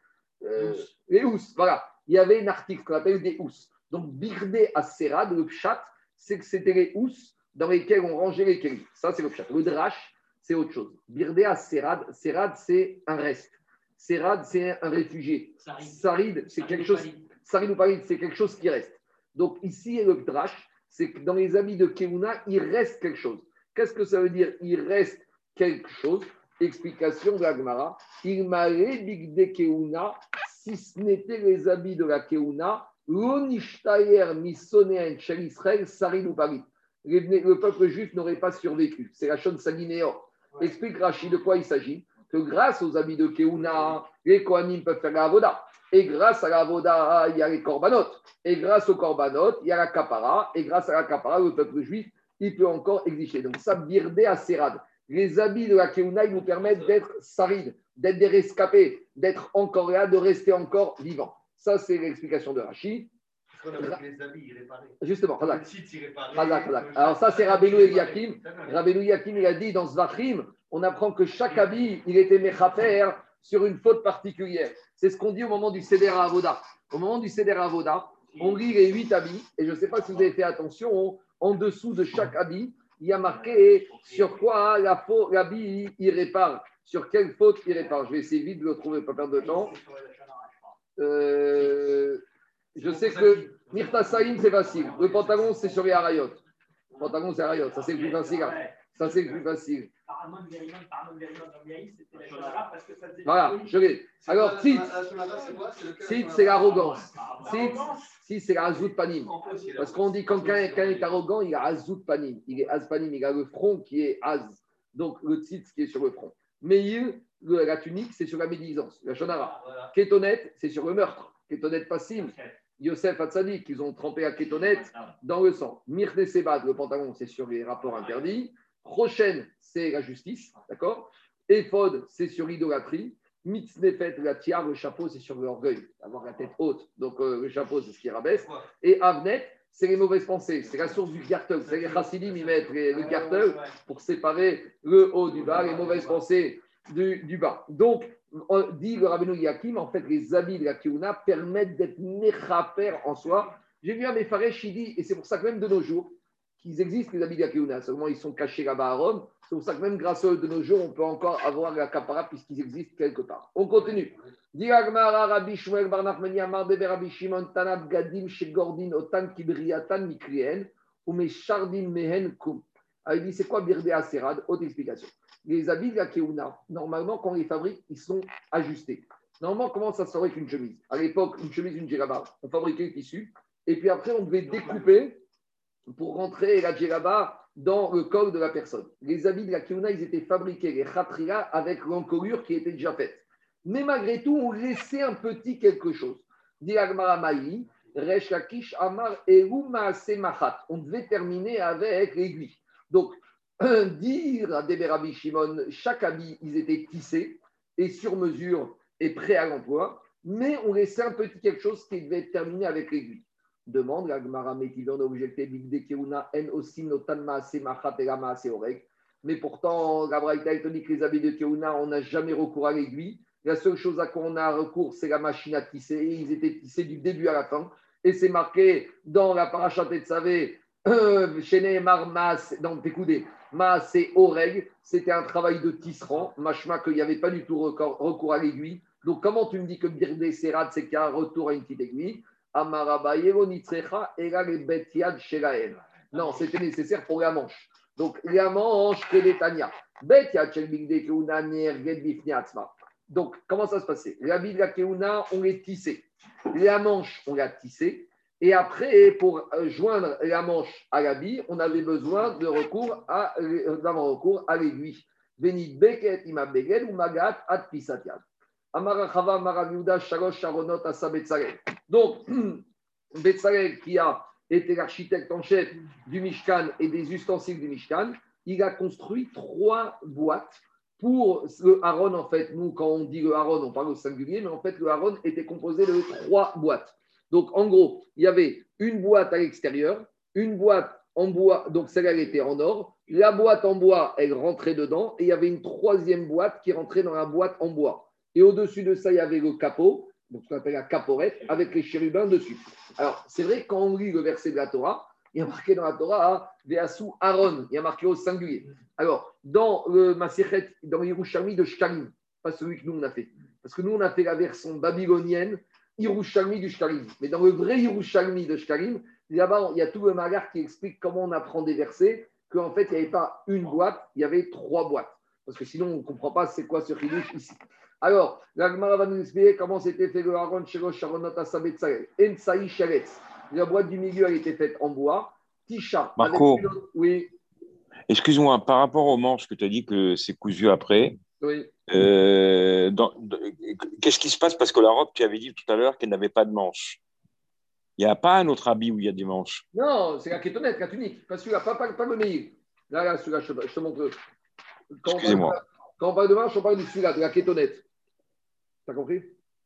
les housses, voilà. Il y avait un article qu'on appelle des housses. Donc, Birdé à Serad, le Pshat, c'est que c'était les housses dans lesquelles on rangeait les kélis. Ça, c'est le Pshat. Le Drash, c'est autre chose. Birdé à Serad, c'est un reste. Serad, c'est un réfugié. Sarid, c'est quelque chose. Sarid ou Parid, c'est quelque chose qui reste. Donc ici, le Drash, c'est que dans les habits de Keuna, il reste quelque chose. Qu'est-ce que ça veut dire? Il reste quelque chose. Explication de la Gemara. Il m'allait bigde Keuna, si ce n'était les habits de la Keuna, l'onishtayer misonéen shel Israël, Sarid ou Parid. Le peuple juif n'aurait pas survécu. C'est la chose sanguinéore. Explique Rachid de quoi il s'agit. Que grâce aux habits de Keuna, les Kohanim peuvent faire la Avoda. Et grâce à la Avoda, il y a les Korbanot. Et grâce aux Korbanot, il y a la Kapara. Et grâce à la Kapara, le peuple juif, il peut encore exister. Donc ça, Birdé à Serad. Les habits de la Keuna, ils nous permettent d'être Sarid. d'être des rescapés, d'être encore là, de rester encore vivants. Ça, c'est l'explication de Rashi. Les habits irréparés. Justement, Razak. Le titre irréparé. Razak. Alors ça, c'est Rabbeinu Eliakim. Rabbeinu Eliakim, il a dit dans Zvachim, on apprend que chaque habit, il était mechaper sur une faute particulière. C'est ce qu'on dit au moment du Seder Avoda. Au moment du Seder Avoda, on lit les 8 habits, et je ne sais pas si vous avez fait attention, en dessous de chaque habit, il y a marqué sur quoi l'habit il répare, sur quelle faute il répare. Je vais essayer vite de le trouver, pas perdre de temps. Je sais que Mirta Saïm, c'est facile. Le pantalon, c'est sur les Harayot. Le pantalon, c'est Harayot. Ça, c'est le plus facile. Ça, c'est le plus facile. Voilà, je l'ai. Alors, Tzitz, c'est l'arrogance. Tzitz, c'est la Hazout Panim. Parce qu'on dit quand quelqu'un est arrogant, il a Hazout Panim. Il est Az Panim. Il a le front qui est Az. Donc, le Tzitz qui est sur le front. Mais la tunique, c'est sur la médisance. La Shonara. Kétonet, c'est sur le meurtre. Kétonet Passim. Yosef Hatzadik, ils ont trempé la kétonette dans le sang. Mirne Sebad, le pantalon, c'est sur les rapports interdits. Rochen, c'est la justice, d'accord. Ephod, c'est sur l'idolâtrie. Mitznefet, la tiare, le chapeau, c'est sur l'orgueil, avoir la tête haute. Donc le chapeau, c'est ce qui rabaisse. Et Avnet, c'est les mauvaises pensées, c'est la source du gartel. C'est les chassidim, ils mettent le gartel pour séparer le haut du bas, les mauvaises pensées du bas. Donc, on dit le Rabbeinu Yakim, en fait, les habits de la Kiouna permettent d'être mechaper en soi. J'ai vu un Mefaresh, il dit, et c'est pour ça que même de nos jours, qu'ils existent les habits de la Kiouna, seulement ils sont cachés là-bas à Rome. C'est pour ça que même grâce à eux de nos jours, on peut encore avoir la capara puisqu'ils existent quelque part. On continue. Diagmara Rabbi Shmuel Bar Nachmani Amar Deber Rabbi Shimon Tanab Gadim Shegordin Otan Kibriatan Mikrien ou Meshardin Mehen Kum. Alors il dit c'est quoi Birdé Aserad? Autre explication. Les habits de la Keuna, normalement, quand on les fabrique, ils sont ajustés. Normalement, comment ça se fabrique une chemise? À l'époque, une chemise, une djellaba, on fabriquait le tissu, et puis après, on devait découper pour rentrer la djellaba dans le corps de la personne. Les habits de la Keuna, ils étaient fabriqués, les khatria, avec l'encolure qui était déjà faite. Mais malgré tout, on laissait un petit quelque chose. Diagmaramaï, Resh Lakish Amar Eru Maase Machat. On devait terminer avec l'aiguille. Donc, dire à Deber Rabbi Shimon, chaque habit, ils étaient tissés et sur mesure et prêts à l'emploi, mais on laissait un petit quelque chose qui devait être terminé avec l'aiguille. Demande la Gemara Métivon objecté Big Keuna en aussi notan maase machat et la maase oreg. Mais pourtant, la Braïta dit que les habits de Keuna, on n'a jamais recours à l'aiguille. La seule chose à quoi on a recours, c'est la machine à tisser. Ils étaient tissés du début à la fin. Et c'est marqué dans la parachat de Tzavé, chez Nehemar Maas, dans Pécoudé, Maas et Oreg, c'était un travail de tisserand, machma qu'il n'y avait pas du tout recours à l'aiguille. Donc, comment tu me dis que Birdé Serad, c'est qu'il y a un retour à une petite aiguille? Amarabayero Nitrecha, Ega le Betiad Shelael. Non, c'était nécessaire pour la manche. Donc, la manche, Keletania. Betiad Shelbigde Keuna Nerged Bifniatzma. Donc, comment ça se passait? L'habit de la Keuna, on les tissait. La manche, on l'a tissée. Et après, pour joindre la manche à l'habit, on avait besoin d'avoir recours à l'aiguille. Veni beket ima beged ou magat at pisatiad. Amarachava maraviuda shalosh sharonot asa Betzalel. Donc, Betzalel, qui a été l'architecte en chef du Mishkan et des ustensiles du Mishkan, il a construit 3 boîtes pour le Haron. En fait, nous, quand on dit le Haron, on parle au singulier, mais en fait, le Haron était composé de 3 boîtes. Donc, en gros, il y avait une boîte à l'extérieur, une boîte en bois, donc celle-là, elle était en or. La boîte en bois, elle rentrait dedans, et il y avait une 3e boîte qui rentrait dans la boîte en bois. Et au-dessus de ça, il y avait le capot, donc ce qu'on appelle la caporette, avec les chérubins dessus. Alors, c'est vrai, quand on lit le verset de la Torah, il y a marqué dans la Torah, Veasu Aaron, il y a marqué au singulier. Alors, dans le Masechet, dans l'Yerushalmi de Shkalim, pas celui que nous, on a fait, parce que nous, on a fait la version babylonienne, Yerushalmi du Shkalim. Mais dans le vrai Yerushalmi de Shkalim, là-bas, il y a tout le magar qui explique comment on apprend des versets, qu'en fait, il n'y avait pas une boîte, il y avait 3 boîtes. Parce que sinon, on ne comprend pas c'est quoi ce chidouche ici. Alors, la Gemara va nous expliquer comment c'était fait le Haron Sherosh Sharonot Asa Betzalel. Ensaï Sheretz. La boîte du milieu, elle était faite en bois. Tisha. Marco, avec une autre... Oui. Excuse-moi, par rapport aux manches que tu as dit que c'est cousu après, Oui. Qu'est-ce qui se passe? Parce que la robe, tu avais dit tout à l'heure qu'elle n'avait pas de manches. Il n'y a pas un autre habit où il y a des manches. Non, c'est la kétonette, la tunique. Pas celui-là, pas le meilleur. Là, celui-là, je te montre. Excusez-moi. Quand on parle de manche, on parle de celui-là, de la kétonette. T'as compris?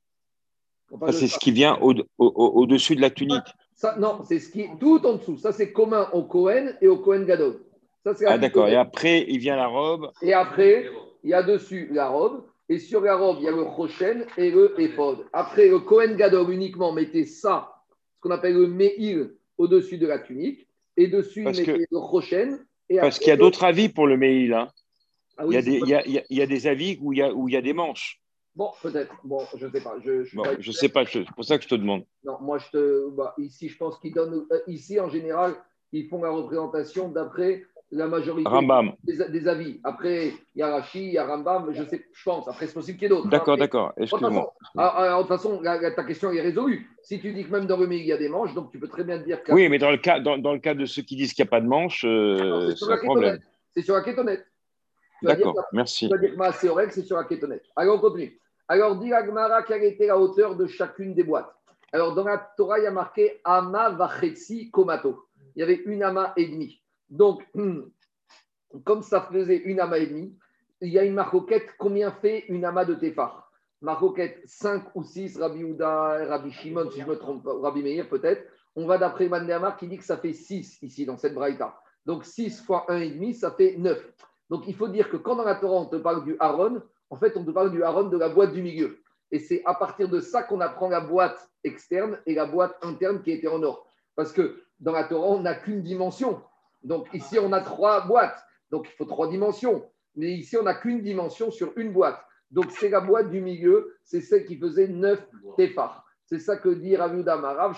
Ça, c'est ce qui vient au-dessus de la tunique. Ça, non, c'est ce qui est tout en dessous. Ça, c'est commun au Kohen et au Kohen Gadol. Ça, c'est d'accord. Et après, il vient la robe. Et après, il y a dessus la robe. Et sur la robe, il y a le Choshen et le Ephod. Après, le Kohen Gadol uniquement mettait ça, ce qu'on appelle le Me'il, au-dessus de la tunique. Et dessus, il mettait le Choshen. Parce qu'il y a d'autres avis pour le Me'il. Hein. Ah oui, il y a des avis où il y a des manches. Bon, peut-être. Bon, je ne sais pas. Je ne sais pas. C'est pour ça que je te demande. Non, moi, ici, je pense qu'ils donnent. Ici, en général, ils font la représentation d'après la majorité des avis. Après, il y a Rashi, il y a Rambam, je pense. Après, c'est possible qu'il y ait d'autres. D'accord. Excuse-moi. De toute façon, ta question est résolue. Si tu dis que même dans le milieu, il y a des manches, donc tu peux très bien dire que. Oui, mais dans le cas de ceux qui disent qu'il n'y a pas de manches, c'est un problème. C'est sur la kétonnette. D'accord, merci. Tu vas dire que Maaséorek, c'est sur la kétonnette. Alors, on continue. Alors, dit Agmara, quelle était la hauteur de chacune des boîtes? Alors, dans la Torah, il y a marqué Ama Vachetzi Komato. Il y avait une ama et demie. Donc, comme ça faisait une ama et demie, il y a une marcoquette. Combien fait une ama de Téphar? Marcoquette 5 ou 6, Rabbi Houda, Rabbi Shimon, si je ne me trompe pas, Rabbi Meir peut-être. On va d'après Mandéamar qui dit que ça fait 6 ici, dans cette braïta. Donc, 6 fois 1,5, ça fait 9. Donc, il faut dire que quand dans la Torah, on te parle du Aaron, en fait, on te parle du Aaron de la boîte du milieu. Et c'est à partir de ça qu'on apprend la boîte externe et la boîte interne qui était en or. Parce que dans la Torah, on n'a qu'une dimension. Donc, ici, on a 3 boîtes. Donc, il faut 3 dimensions. Mais ici, on n'a qu'une dimension sur une boîte. Donc, c'est la boîte du milieu. C'est celle qui faisait 9 téphars. C'est ça que dit Rav Yehuda Amarav.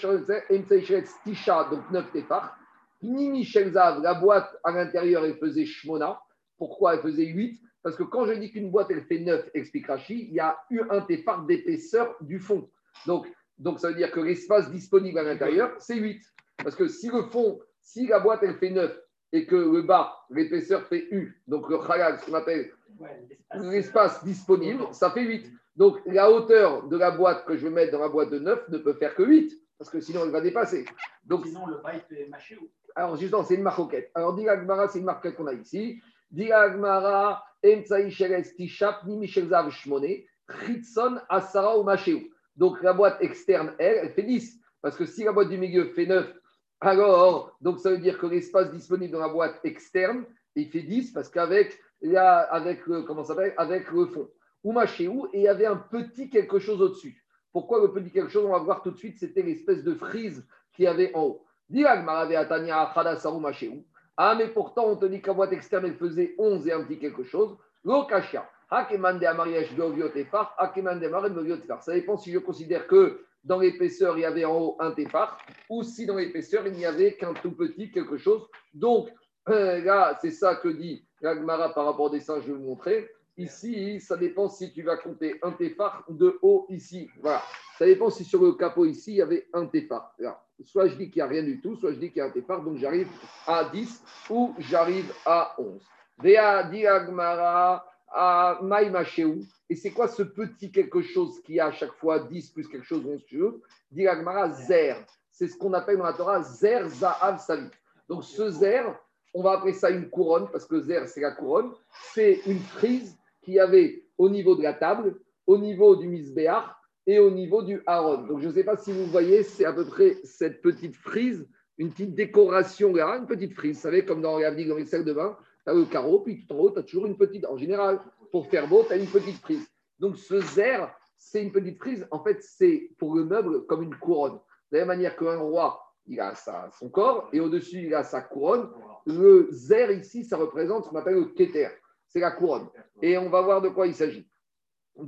Tisha, donc 9 téphars. Nimi Shelzav, la boîte à l'intérieur, elle faisait Shmona. Pourquoi elle faisait 8? Parce que quand je dis qu'une boîte, elle fait 9, explique Rashi, il y a eu un téphar d'épaisseur du fond. Donc, ça veut dire que l'espace disponible à l'intérieur, c'est 8. Parce que si la boîte, elle fait 9 et que le bas, l'épaisseur fait U, donc le halal, ce qu'on appelle l'espace disponible, ça fait 8. Donc, la hauteur de la boîte que je vais mettre dans la boîte de 9 ne peut faire que 8, parce que sinon, elle va dépasser. Donc, sinon, le bas, il fait mâcher ou? Alors, justement, c'est une marquette. Alors, dit Agmara, c'est une marquette qu'on a ici. Dit Agmara, Emtsai Sheres Tishap, Nimi Shelzav Shmone, Chitson Asara ou Machéou. Donc, la boîte externe, elle fait 10. Parce que si la boîte du milieu fait 9, alors, donc ça veut dire que l'espace disponible dans la boîte externe, il fait 10 parce qu'avec avec le fond. Ou Machéou, et il y avait un petit quelque chose au-dessus. Pourquoi le petit quelque chose? On va voir tout de suite, c'était l'espèce de frise qu'il y avait en haut. Ah, mais pourtant, on te dit que la boîte externe, elle faisait 11 et un petit quelque chose. L'okashia. Ça dépend si je considère que dans l'épaisseur, il y avait en haut un téphar, ou si dans l'épaisseur, il n'y avait qu'un tout petit quelque chose. Donc, là, c'est ça que dit l'Agmara par rapport au dessin, je vais vous montrer. Ici, ça dépend si tu vas compter un téphar de haut ici. Voilà. Ça dépend si sur le capot ici, il y avait un téphar. Soit je dis qu'il n'y a rien du tout, soit je dis qu'il y a un téphar, donc j'arrive à 10 ou j'arrive à 11. Vea di Agmara à Maïmachéou. Et c'est quoi ce petit quelque chose qui a à chaque fois 10 plus quelque chose, 11 plus autre? Dit Agmara Zer. C'est ce qu'on appelle dans la Torah Zer Zahav Savi. Donc ce Zer, on va appeler ça une couronne, parce que Zer, c'est la couronne. C'est une frise qu'il y avait au niveau de la table, au niveau du Misbéach et au niveau du Aaron. Donc je ne sais pas si vous voyez, c'est à peu près cette petite frise, une petite décoration là, une petite frise. Vous savez, comme dans les cercles de vin, tu as le carreau, puis tout en haut, tu as toujours une petite. En général, pour faire beau, tu as une petite frise. Donc ce Zer, c'est une petite frise. En fait, c'est pour le meuble comme une couronne. De la même manière qu'un roi, il a son corps, et au-dessus, il a sa couronne. Le Zer ici, ça représente ce qu'on appelle le Keter. C'est la couronne. Et on va voir de quoi il s'agit. On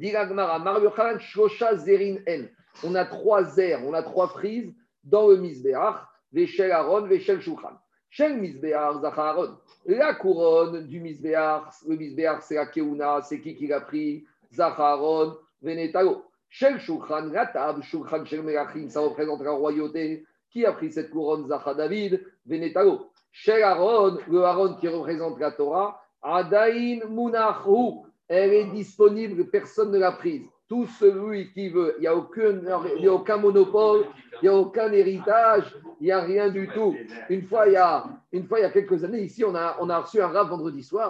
a 3 zers, on a 3 frises dans le Misbéach, Véchel Aaron, Véchel Shulchan. Shel Misbéach, Zacharon. La couronne du Misbéach, le Misbéach, c'est la Keuna, c'est qui l'a pris? Zacharon, Venetalo. Shel Shulchan, la table, Shulchan Shel Melachim, ça représente la royauté. Qui a pris cette couronne? Zacha David, Venetalo. Shel Aaron, le Aaron qui représente la Torah, Adain Munachu, elle est disponible, personne ne l'a prise. Tout celui qui veut, il n'y a aucun monopole, il n'y a aucun héritage, il n'y a rien du tout. Une fois, il y a quelques années, ici, on a reçu un rav vendredi soir.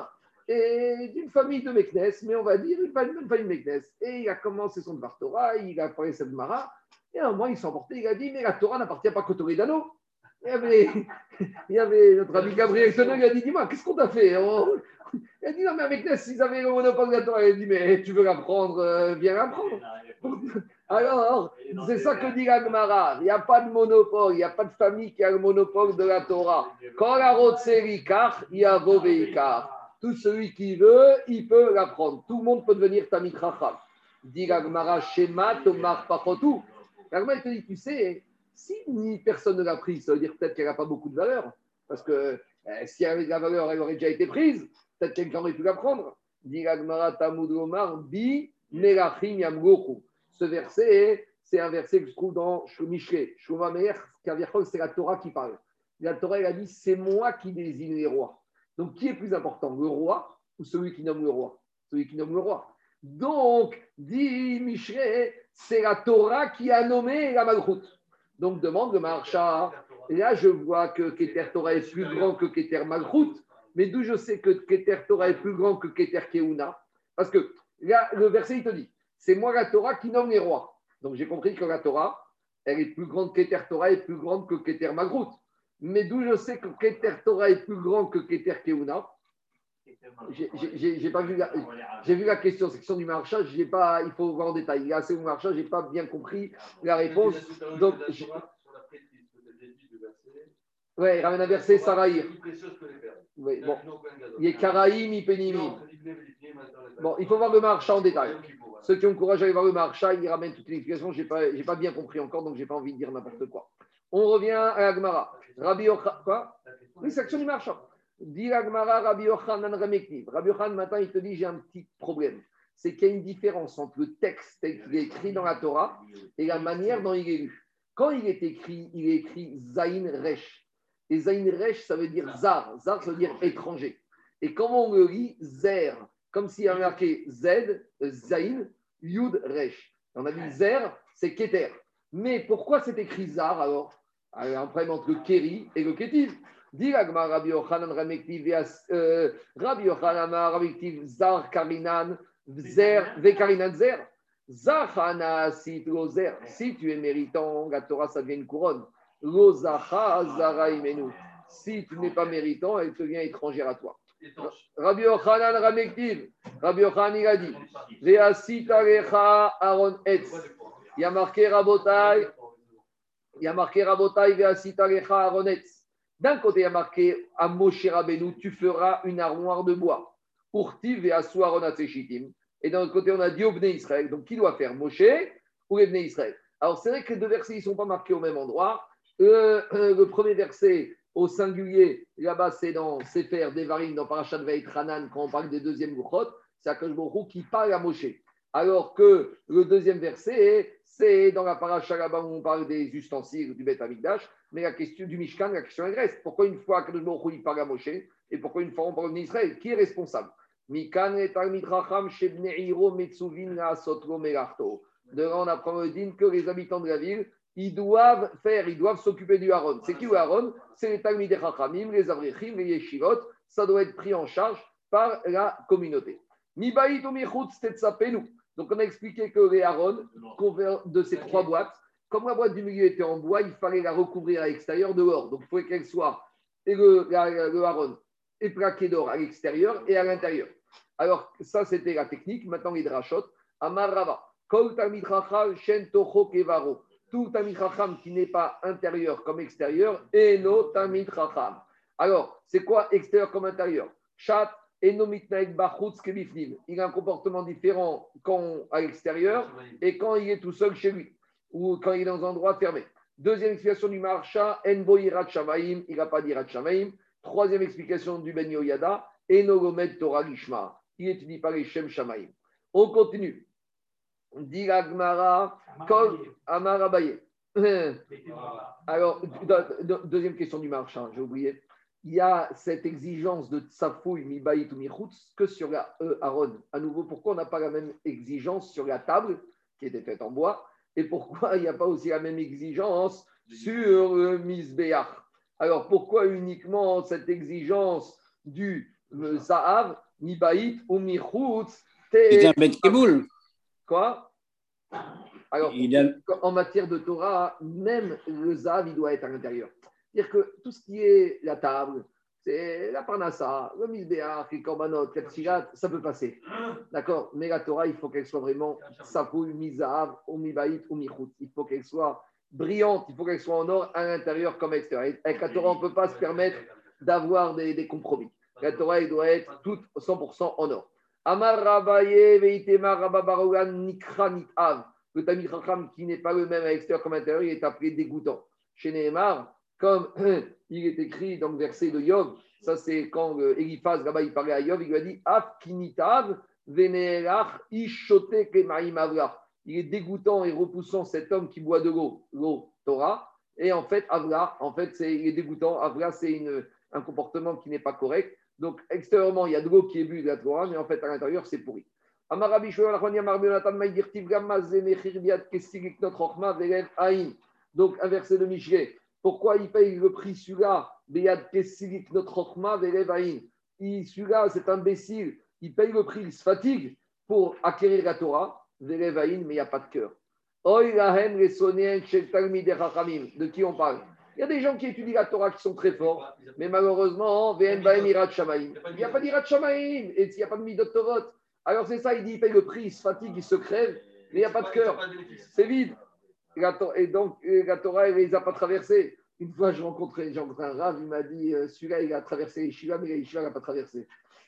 et d'une famille de Meknes, mais on va dire une famille de Meknes. Et il a commencé son Dvar Torah, il a parlé cette Mara, et à un moment il s'est emporté, il a dit, mais la Torah n'appartient pas qu'au Toledano. Il y avait notre ami Gabriel Tonneau, il a dit, dis-moi, qu'est-ce qu'on t'a fait? Il a dit, non, mais avec Meknes, ils avaient le monopole de la Torah. Il a dit, mais tu veux l'apprendre, viens l'apprendre. Alors, c'est ça que dit la Gemara. Il n'y a pas de monopole, il n'y a pas de famille qui a le monopole de la Torah. Quand la Rotserikar, il y a Voveikar. Tout celui qui veut, il peut l'apprendre. Tout le monde peut devenir Tamid Chacham. Dit la Gemara, Shema, Tomar, Pachotou. La Gemara, te dit, tu sais, si ni personne ne l'a prise, ça veut dire peut-être qu'elle n'a pas beaucoup de valeur. Parce que si elle avait de la valeur, elle aurait déjà été prise. Peut-être quelqu'un aurait pu l'apprendre. Dit la Gemara, Tamud Omar, Bi, Melachim, Yamgochu. Ce verset, c'est un verset que je trouve dans Michelet. Shuma Meir, c'est la Torah qui parle. La Torah, elle a dit, c'est moi qui désigne les rois. Donc, qui est plus important, le roi ou celui qui nomme le roi? Celui qui nomme le roi. Donc, dit Michelet, c'est la Torah qui a nommé la Malchut. Donc, demande le Maharsha. Et là, je vois que Keter Torah est plus grand que Keter Malchut. Mais d'où je sais que Keter Torah est plus grand que Keter Keuna? Parce que là, le verset, il te dit, c'est moi la Torah qui nomme les rois. Donc j'ai compris que la Torah, elle est plus grande que Keter Torah est plus grande que Keter Malchut. Mais d'où je sais que Keter Torah est plus grand que Keter Keuna? J'ai pas vu j'ai vu la question du Maharsha, il faut voir en détail. Il y a assez de Maharsha, je n'ai pas bien compris la réponse. Donc, ouais, il ramène un verset Sarahir. Oui, bon. Il est Karaïm, Ipenimim. Bon, il faut voir le Maharsha en détail. Ceux qui ont le courage d'aller voir le Maharsha, il ramène toutes les explications. Je n'ai pas bien compris encore, donc je n'ai pas envie de dire n'importe quoi. On revient à la Gemara. Rabbi Yochanan. Quoi? Oui, c'est l'action du Maharsha. Dit la Gemara, Rabbi Yochanan Ramekniv. Rabbi Yochanan, maintenant, il te dit j'ai un petit problème. C'est qu'il y a une différence entre le texte tel qu'il est écrit dans la Torah et la manière dont il est lu. Quand il est écrit Zain Resh. Et Zain Resh, ça veut dire Zar. Zar, ça veut dire étranger. Et comment on le lit? Zer. Comme s'il y avait marqué Z, Zain, Yud Resh. On a dit Zer, c'est Keter. Mais pourquoi c'est écrit Zar alors? Il y a un problème entre le Keri et le Ketiv. Dit l'agma Rabbi Yochanan Ramektiv, Rabbi Yochanan Ramektiv, Zar Karinan, Zer, Vekarinan Zer. Zachana, si tu es méritant, la Torah, ça devient une couronne. Lozacha, Zara Imenu. Si tu n'es pas méritant, elle devient étrangère à toi. Rabbi Yochanan Ramektiv, Rabbi Yochanan, il a dit Veasita Lecha Aaron Etz. Il y a marqué Rabotai, Veasita Lecha Aaron Etz. D'un côté, il y a marqué à Moshe Rabbeinu, tu feras une armoire de bois. Urtiv et Asu Aaron Atzeshitim. Et d'un autre côté, on a dit au Bnei Israël. Donc, qui doit faire, Moshe ou les Bnei Israël? Alors, c'est vrai que les deux versets ne sont pas marqués au même endroit. Le premier verset, au singulier, là-bas, c'est dans Sefer Devarim, dans Parashat Vaïtranan, quand on parle des deuxièmes Luchot, c'est Akadosh Baruch Hu qui parle à Moshe. Alors que le deuxième verset, c'est dans la Parashat là-bas où on parle des ustensiles du Beth Amikdash, mais la question du Mishkan, la question reste. Pourquoi une fois Akadosh Baruch Hu il parle à Moshe et pourquoi une fois on parle d'Israël? Qui est responsable? Mikan et Talmid Chacham Shebneiro Metsuvin Laasotro Melarto. De là, on apprend le din que les habitants de la ville, ils doivent s'occuper du Haron. C'est qui le Haron? C'est les Talmidei Chachamim, les Avrechim, les Yeshivot. Ça doit être pris en charge par la communauté. Mibaït ou Michutz Tetzapenu. Donc, on a expliqué que les Haron, de ces trois boîtes, comme la boîte du milieu était en bois, il fallait la recouvrir à l'extérieur de l'or. Donc, il fallait qu'elle soit, et le Haron, est plaqué d'or à l'extérieur et à l'intérieur. Alors, ça, c'était la technique. Maintenant, les drachot. Amarava. Kol Talmid Chacham Shen Tocho Kevaro. Tout Talmid Chacham qui n'est pas intérieur comme extérieur, Eno Talmid Chacham. Alors, c'est quoi extérieur comme intérieur? Chat, Eno Mitnaeg Bachutz Kebifnim. Il a un comportement différent quand à l'extérieur et quand il est tout seul chez lui ou quand il est dans un endroit fermé. Deuxième explication du Maharsha, Enbo Yirat Shamaim. Il n'a pas d'Yirat Shamaim. Troisième explication du Ben Yoyada, Eno Gomed Torah Gishma. Il n'étudie pas les Shem Shamaim. On continue. Dit la Gemara, Amar Abaye. Alors, deuxième question du Maharsha, j'ai oublié. Il y a cette exigence de Tsafouy, Mibaït ou Michutz que sur la Aaron. À nouveau, pourquoi on n'a pas la même exigence sur la table qui était faite en bois et pourquoi il n'y a pas aussi la même exigence sur le Misbéach? Alors, pourquoi uniquement cette exigence du Zahav mi baït ou mi chutz. C'est un bête Kéboul. Quoi? Alors, Il a... en matière de Torah, même le zav, il doit être à l'intérieur. C'est-à-dire que tout ce qui est la table, c'est la parnassa, le misbéach, les korbanot, les tchilat, ça peut passer. D'accord? Mais la Torah, il faut qu'elle soit vraiment sapoul, mizav, ou mibaït, ou michout. Il faut qu'elle soit brillante, il faut qu'elle soit en or à l'intérieur comme à l'extérieur. Avec la Torah, on ne peut pas se permettre d'avoir des compromis. La Torah, elle doit être toute 100% en or. Amar Rabaye, Veitema, Rababarogan, Nikra, Nitav. Le Tamil Chacham, qui n'est pas le même à l'extérieur comme à l'intérieur, il est appelé dégoûtant. Chez Nehemar, comme il est écrit dans le verset de Yov, ça c'est quand Eliphaz, là-bas, il parlait à Yov, il lui a dit Af kinitav veneelach ishote kemaim avlach. Il est dégoûtant et repoussant cet homme qui boit de l'eau Torah. Et en fait, Avla, il est dégoûtant. Avla, c'est un comportement qui n'est pas correct. Donc, extérieurement, il y a de l'eau qui est bu de la Torah, mais en fait, à l'intérieur, c'est pourri. Donc, un verset de Michelet. Pourquoi il paye le prix celui-là? Celui-là, cet imbécile, il paye le prix, il se fatigue pour acquérir la Torah, mais il n'y a pas de cœur. De qui on parle? Il y a des gens qui étudient la Torah qui sont très forts, mais malheureusement, il n'y a pas d'Irat Shamaim, et il n'y a pas de Midot Tovot. Alors c'est ça, il dit, il paye le prix, il se fatigue, il se crève, mais il n'y a pas de cœur. C'est vide. Et donc, la Torah, elle ne les a pas traversés. Une fois, j'ai rencontré un Rav, il m'a dit, celui-là, il a traversé les Yeshiva, mais les Yeshiva, il n'a pas traversé.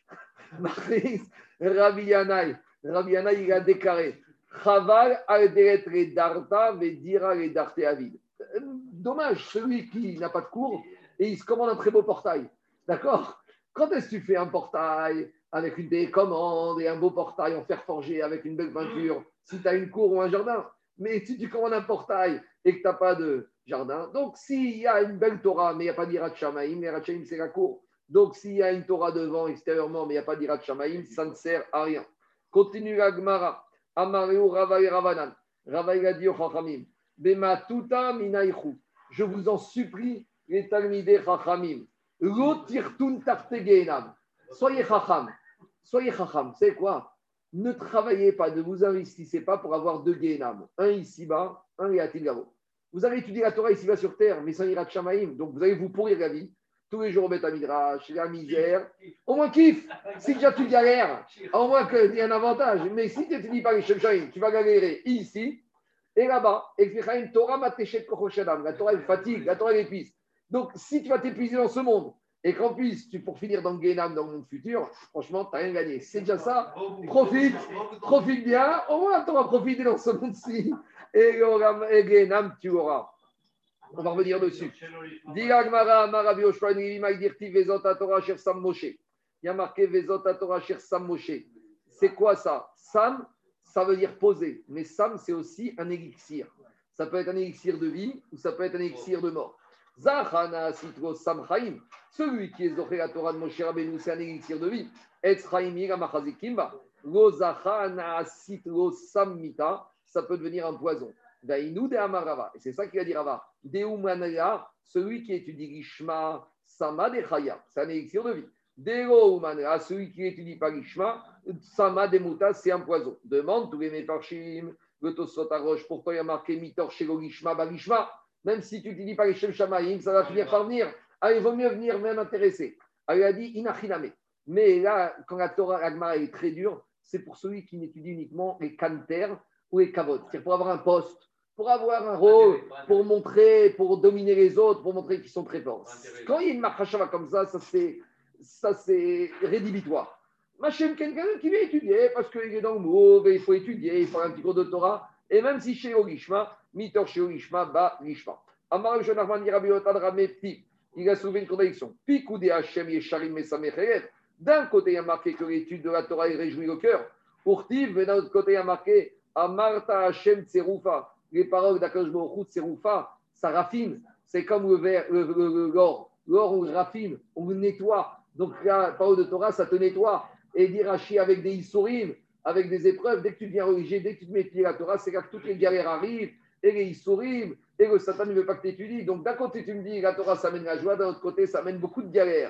Rabbi Yanaï, il a déclaré, Chaval al-Deret Darta vedira le Darte Avid. Dommage, celui qui n'a pas de cours et il se commande un très beau portail. D'accord? Quand est-ce que tu fais un portail avec une télécommande et un beau portail en fer forgé avec une belle peinture, si tu as une cour ou un jardin? Mais si tu commandes un portail et que tu n'as pas de jardin, donc s'il y a une belle Torah, mais il n'y a pas d'Irat Shamaim, l'Irat Shamaim c'est la cour. Donc s'il y a une Torah devant, extérieurement, mais il n'y a pas d'Irat Shamaim, ça ne sert à rien. Continue la Gemara. Amareu Ravaï Ravanan. Ravaï a dit au Chachamim. Bema tuta minaïchou. Je vous en supplie, les Talmidei Chachamim. L'otirtun tartegeinam. Soyez Chacham. Soyez Chacham. C'est quoi? Ne travaillez pas, ne vous investissez pas pour avoir deux Gehinam. Un ici-bas, un Yatigavo. Vous avez étudié la Torah ici-bas sur terre, mais sans Irat Shamaim. Donc vous allez vous pourrir la vie. Tous les jours au Beth Midrash, la misère. Au moins kiffe. Si déjà tu galères, au moins qu'il y a un avantage. Mais si tu n'étudies pas les Shem Shamaim, tu vas galérer ici et là-bas. La Torah elle fatigue, la Torah elle épuise. Donc si tu vas t'épuiser dans ce monde et qu'en plus tu pour finir dans le Gehinam dans le monde futur, franchement, tu n'as rien gagné. C'est déjà ça. Profite bien. Au moins tu vas profiter dans ce monde-ci. Et Gehinam, tu auras. On va revenir dessus. Il y a marqué Vezot Torah Shir Sam Moshe. C'est quoi ça? Sam, ça veut dire poser. Mais Sam, c'est aussi un élixir. Ça peut être un élixir de vie ou ça peut être un élixir de mort. Zachana Sitro Sam Chaim. Celui qui est Zoché la Torah de Moshe Rabbeinu, c'est un élixir de vie. Et Chaim Yira Machazikimba. Lo Zachana Sitro Sam Mita. Ça peut devenir un poison. Et c'est ça qu'il a dit Rava. Deumanaya, celui qui étudie l'Ishma, Sama de Chaya, c'est un élixir de vie. Deumanaya, celui qui étudie pas l'Ishma, Sama de Muta, c'est un poison. Demande tous les Mefarshim, le Tosfot Arosh, pourquoi il y a marqué Mitor Shelo l'Ishma, Balishma. Même si tu n'étudies pas les Shem Shamaim, ça va finir par venir. Alors, il vaut mieux venir même intéresser. Alors, il a dit Inachiname. Mais là, quand la Torah, la Gemara est très dure, c'est pour celui qui n'étudie uniquement les Kanter ou les Kavod. C'est-à-dire pour avoir un poste, pour avoir un rôle, pour montrer, pour dominer les autres, pour montrer qu'ils sont très forts. Quand il y a une marchava comme ça c'est rédhibitoire. Machem, quelqu'un qui vient étudier parce qu'il est dans le mot, il faut étudier, il faut un petit cours de Torah, et même si chez Ogishma, Mitor chez Ogishma, Ba Lishma. Amar Jonathan Rabiotan Ramepti, il a soulevé une contradiction. Pikoudé Hachem Yesharim Mesamecheret. D'un côté, il y a marqué que l'étude de la Torah réjouit le cœur. Urtiv, mais d'un autre côté, il y a marqué Amarta Hachem Tserufa. Les paroles d'Akadosh Baruch Hu, Tserufa, ça raffine. C'est comme le verre, l'or. L'or, on le raffine, on le nettoie. Donc la parole de Torah, ça te nettoie. Et dire Rashi avec des Issourim, avec des épreuves, dès que tu deviens religieux, dès que tu te mets pied à la Torah, c'est là que toutes les galères arrivent, et les Issourim, et le Satan ne veut pas que tu étudies. Donc d'un côté, tu me dis la Torah, ça mène la joie, d'un autre côté, ça mène beaucoup de galères.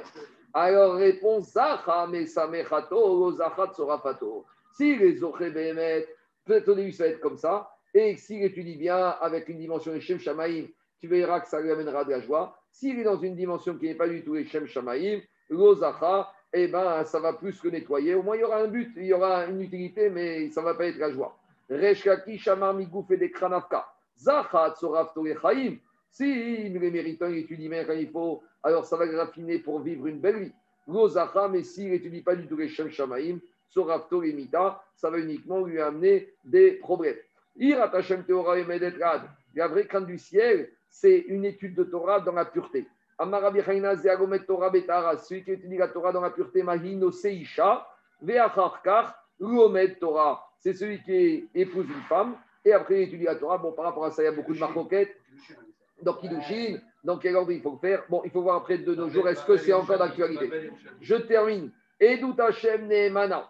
Alors, réponse Zacha, mais Samechato, Zachat Sorafato. Si les Zoché Behemet, peut-être au début, ça va être comme ça. Et s'il étudie bien avec une dimension de Shem Shamaïm, tu verras que ça lui amènera de la joie. S'il est dans une dimension qui n'est pas du tout les Shem Shamaïm, l'Ozacha, eh ben, ça va plus que nettoyer. Au moins, il y aura un but, il y aura une utilité, mais ça ne va pas être la joie. Reshkaki Shamar Migouf et des Kranavka. Zachat Sorav Torechaim. Si les méritants étudient bien quand il faut, alors ça va le raffiner pour vivre une belle vie. L'Ozacha, mais s'il n'étudie pas du tout les Shem Shamaïm, Sorav Toremita, ça va uniquement lui amener des problèmes. La vraie crainte du ciel, c'est une étude de Torah dans la pureté. Celui qui étudie la Torah dans la pureté, Torah, c'est celui qui épouse une femme et après il étudie la Torah. Bon, par rapport à ça, il y a beaucoup de marcoquettes. Donc, Kiddushin, dans quel ordre il faut le faire? Bon, il faut voir après de nos jours, est-ce que c'est encore d'actualité? Je termine. Edut Hashem Neemana.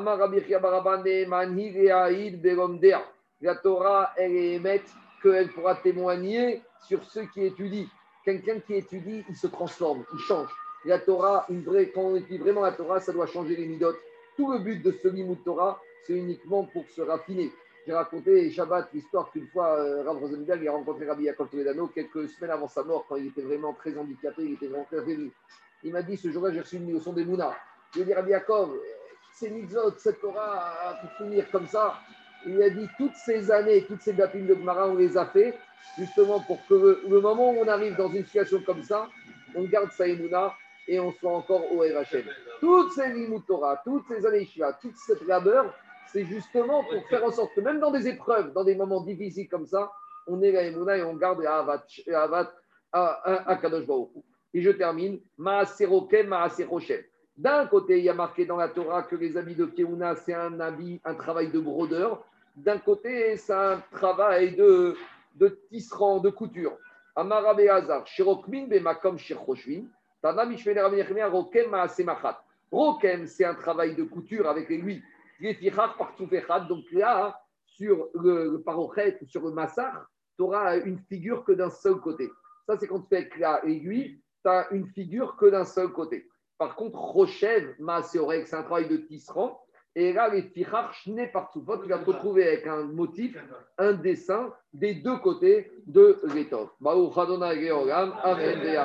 La Torah, elle est émette qu'elle pourra témoigner sur ceux qui étudient. Quelqu'un qui étudie, il se transforme, il change. La Torah, quand on étudie vraiment la Torah, ça doit changer les midotes. Tout le but de ce Limoud Torah, c'est uniquement pour se raffiner. J'ai raconté Shabbat l'histoire qu'une fois, Rav Rosenberg a rencontré Rabbi Yaakov Toledano quelques semaines avant sa mort, quand il était vraiment très handicapé, il était vraiment très faible. Il m'a dit, ce jour-là, j'ai reçu une leçon des Mouna. Je lui ai dit, Rabbi Yaakov, ces mitzvot, cette Torah, pour finir comme ça. Il a dit, toutes ces années, toutes ces dapines de Gemara, on les a fait, justement pour que le moment où on arrive dans une situation comme ça, on garde sa émouna et on soit encore au RHM. Toutes ces Limut Torah, toutes ces années Yeshiva, toute cette labeur, c'est justement pour faire en sorte que même dans des épreuves, dans des moments difficiles comme ça, on ait la émouna et on garde la Avat à Kadosh Baruch Hu. Et je termine, Maaseh Rokem, Maaseh Roshem. D'un côté, il y a marqué dans la Torah que les habits de Keuna, c'est un habit, un travail de brodeur. D'un côté, c'est un travail de tisserand, de couture. Amara Be'azar, Shirokmin Bemakom Shirchoshvin, Tana Mishvener Avenechmea Rokem Maasemachat. Rokem, c'est un travail de couture avec l'aiguille. Les Tichach par Toufechat. Donc là, sur le parochet, sur le massar, tu auras une figure que d'un seul côté. Ça, c'est quand tu fais avec l'aiguille, tu as une figure que d'un seul côté. Par contre, Rochev, Maaseorek, c'est un travail de tisserand. Et là, les Tichach, Shne partout. Tu vas te retrouver avec un motif, un dessin des deux côtés de l'étoffe. Baruch Adonai Georgam. Amen.